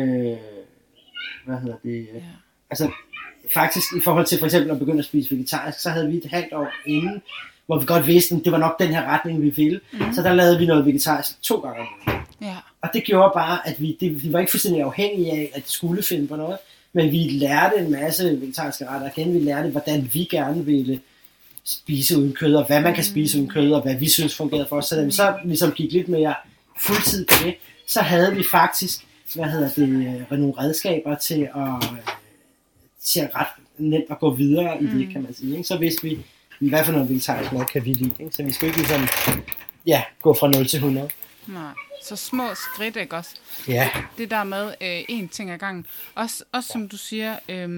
S2: altså faktisk i forhold til for eksempel at begynde at spise vegetarisk, så havde vi et halvt år inden, hvor vi godt vidste, at det var nok den her retning, vi ville. Så der lavede vi noget vegetarisk 2 gange om ugen. Ja. Og det gjorde bare, at vi var ikke fuldstændig afhængige af, at det skulle finde på noget, men vi lærte en masse vegetariske retter igen. Vi lærte, hvordan vi gerne ville spise uden kød, og hvad man kan spise uden kød, og hvad vi synes fungerede for os. Så da vi så ligesom gik lidt mere fuldtid på det, så havde vi faktisk, nogle redskaber til at ret nemt at gå videre i det, kan man sige. Ikke? Så vidste vi, hvad for noget vegetarisk mad kan vi lide. Ikke? Så vi skulle ikke ligesom, gå fra 0 til 100.
S1: Nej, så små skridt, ikke også?
S2: Ja.
S1: Det der med én ting ad gangen. Også som du siger,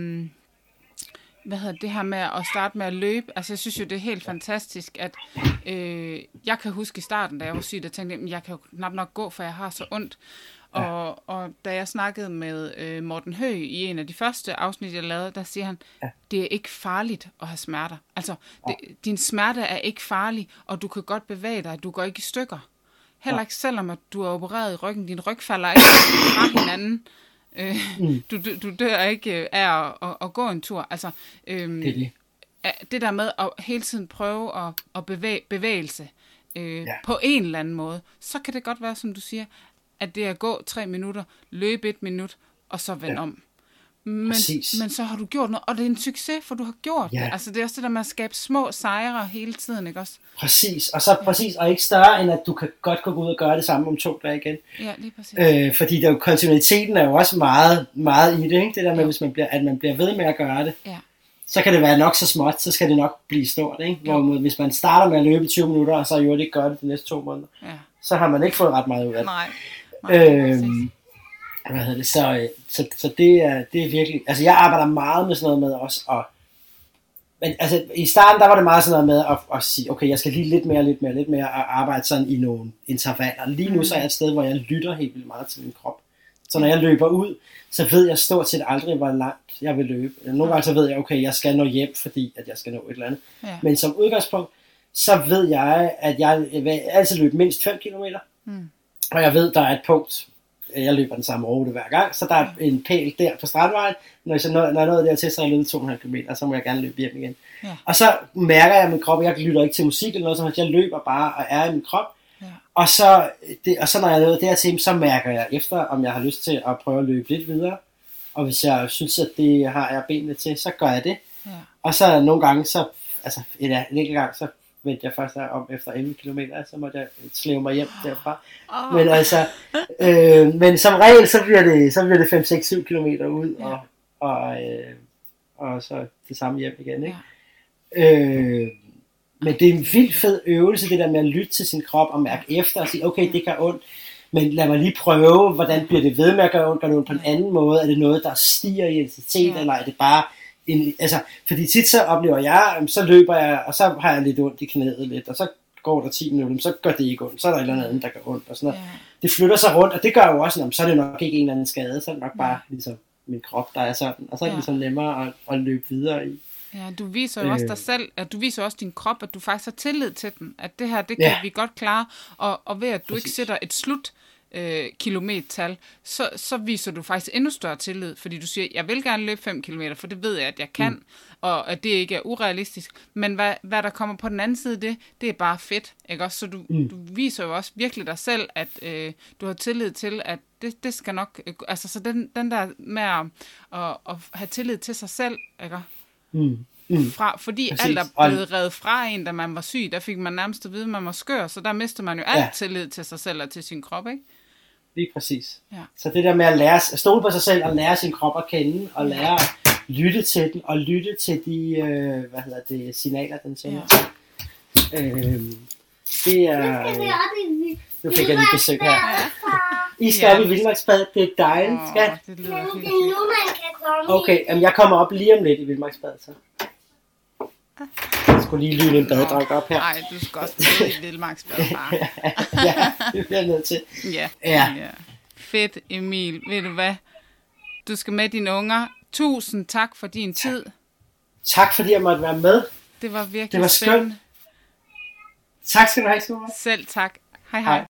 S1: det her med at starte med at løbe. Altså jeg synes jo, det er helt fantastisk, at jeg kan huske i starten, da jeg var syg, der tænkte jeg, jeg kan jo knap nok gå, for jeg har så ondt. Og da jeg snakkede med Morten Høgh i en af de første afsnit, jeg lavede, der siger han, det er ikke farligt at have smerter. Altså, din smerte er ikke farlig, og du kan godt bevæge dig, du går ikke i stykker. Heller ikke selvom, at du er opereret i ryggen. Din ryg falder ikke fra hinanden. Du dør ikke af at gå en tur. Altså, det der med at hele tiden prøve at bevægelse på en eller anden måde, så kan det godt være, som du siger, at det er at gå 3 minutter, løbe 1 minut, og så vende om. Men så har du gjort noget, og det er en succes, for du har gjort det. Altså det er også det der med at skabe små sejre hele tiden, ikke også?
S2: Præcis, og ikke større, end at du kan godt gå ud og gøre det samme om 2 dage igen.
S1: Ja, lige præcis.
S2: Fordi kontinuiteten er jo også meget, meget i det, ikke? Det der med, hvis man bliver ved med at gøre det, så kan det være nok så småt, så skal det nok blive stort, ikke? Hvorimod, hvis man starter med at løbe 20 minutter, og så jo ikke gør det de næste 2 måneder, så har man ikke fået ret meget ud af det.
S1: Nej.
S2: Så det er virkelig, altså jeg arbejder meget med sådan noget med også men altså i starten der var det meget sådan noget med at sige, okay, jeg skal lige lidt mere og arbejde sådan i nogle intervaller. Lige nu så er jeg et sted, hvor jeg lytter helt vildt meget til min krop. Så når jeg løber ud, så ved jeg stort set aldrig, hvor langt jeg vil løbe. Nogle gange så ved jeg, okay, jeg skal nå hjem, fordi at jeg skal nå et eller andet. Men som udgangspunkt, så ved jeg, at jeg vil altid løbe mindst 5 kilometer. Og jeg ved, der er et punkt, jeg løber den samme rute hver gang, så der er en pæl der på Strandvejen. Når jeg nåede dertil, så er jeg løbet 2,5 km, og så må jeg gerne løbe hjem igen. Og så mærker jeg min krop, jeg lytter ikke til musik eller noget, så jeg løber bare og er i min krop. Og så når jeg er nået dertil, så mærker jeg efter, om jeg har lyst til at prøve at løbe lidt videre. Og hvis jeg synes, at det har jeg benene til, så gør jeg det. Og så nogle gange, så en enkelt gang, så vendte jeg først om efter 11 km, så måtte jeg slæve mig hjem derfra. Men men som regel, så bliver det 5, 6, 7 km ud, og så det samme hjem igen, ikke? Ja. Men det er en vildt fed øvelse, det der med at lytte til sin krop og mærke efter og sige, okay, det gør ondt, men lad mig lige prøve, hvordan bliver det ved med at gøre ondt, gør det ondt på en anden måde, er det noget, der stiger i intensitet, eller er det bare fordi tit så oplever jeg, så løber jeg, og så har jeg lidt ondt i knæet lidt, og så går der 10 minutter, så gør det ikke ondt, så er der et eller andet, der gør ondt, og sådan noget. Det flytter sig rundt, og det gør jo også, så er det nok ikke en eller anden skade, så er det nok bare ligesom min krop, der er sådan, og så er det ligesom nemmere at løbe videre i.
S1: Ja, du viser jo også dig selv, at du viser også din krop, at du faktisk har tillid til den, at det her, det kan vi godt klare, og ved at du ikke sætter et slut kilometertal, så viser du faktisk endnu større tillid, fordi du siger, jeg vil gerne løbe 5 kilometer, for det ved jeg, at jeg kan, og at det ikke er urealistisk, men hvad der kommer på den anden side, det er bare fedt, ikke også? Så du viser jo også virkelig dig selv, at du har tillid til, at det skal nok, altså så den der med at have tillid til sig selv, ikke? Fordi præcis. Alt er blevet revet fra en, da man var syg, der fik man nærmest at vide, at man var skør, så der mister man jo alt tillid til sig selv og til sin krop, ikke?
S2: Lige præcis. Ja. Så det der med at stole på sig selv og lære sin krop at kende, og lære at lytte til den, og lytte til de signaler, den sender. Det er... Nu fik jeg lige besøg her. I skal op i Vildmarksbadet, det er dejligt, skat.
S1: Det lyder hyggeligt.
S2: Okay, jeg kommer op lige om lidt i Vildmarksbadet, så. Jeg skulle lige lyne en badedragt op her.
S1: Nej, du skal også ned i Vildmarksbadet, bare.
S2: Ja, det bliver jeg nødt til.
S1: Ja. Fedt, Emil. Ved du hvad? Du skal med dine unger. Tusind tak for din tid.
S2: Tak fordi jeg måtte være med.
S1: Det var virkelig spændende.
S2: Tak skal du have, Sue.
S1: Selv tak. Hej.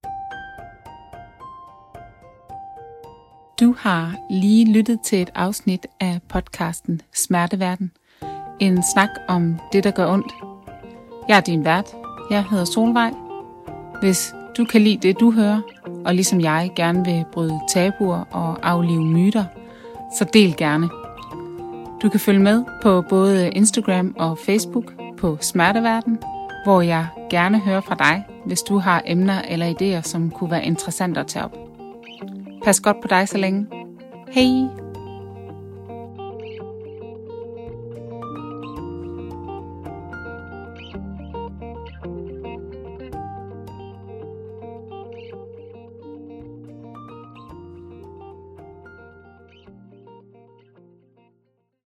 S1: Du har lige lyttet til et afsnit af podcasten Smerteverden. En snak om det, der gør ondt. Jeg er din vært. Jeg hedder Solvej. Hvis du kan lide det, du hører, og ligesom jeg gerne vil bryde tabuer og aflive myter, så del gerne. Du kan følge med på både Instagram og Facebook på Smerteverden, hvor jeg gerne hører fra dig, hvis du har emner eller idéer, som kunne være interessante at tage op. Pas godt på dig så længe. Hej!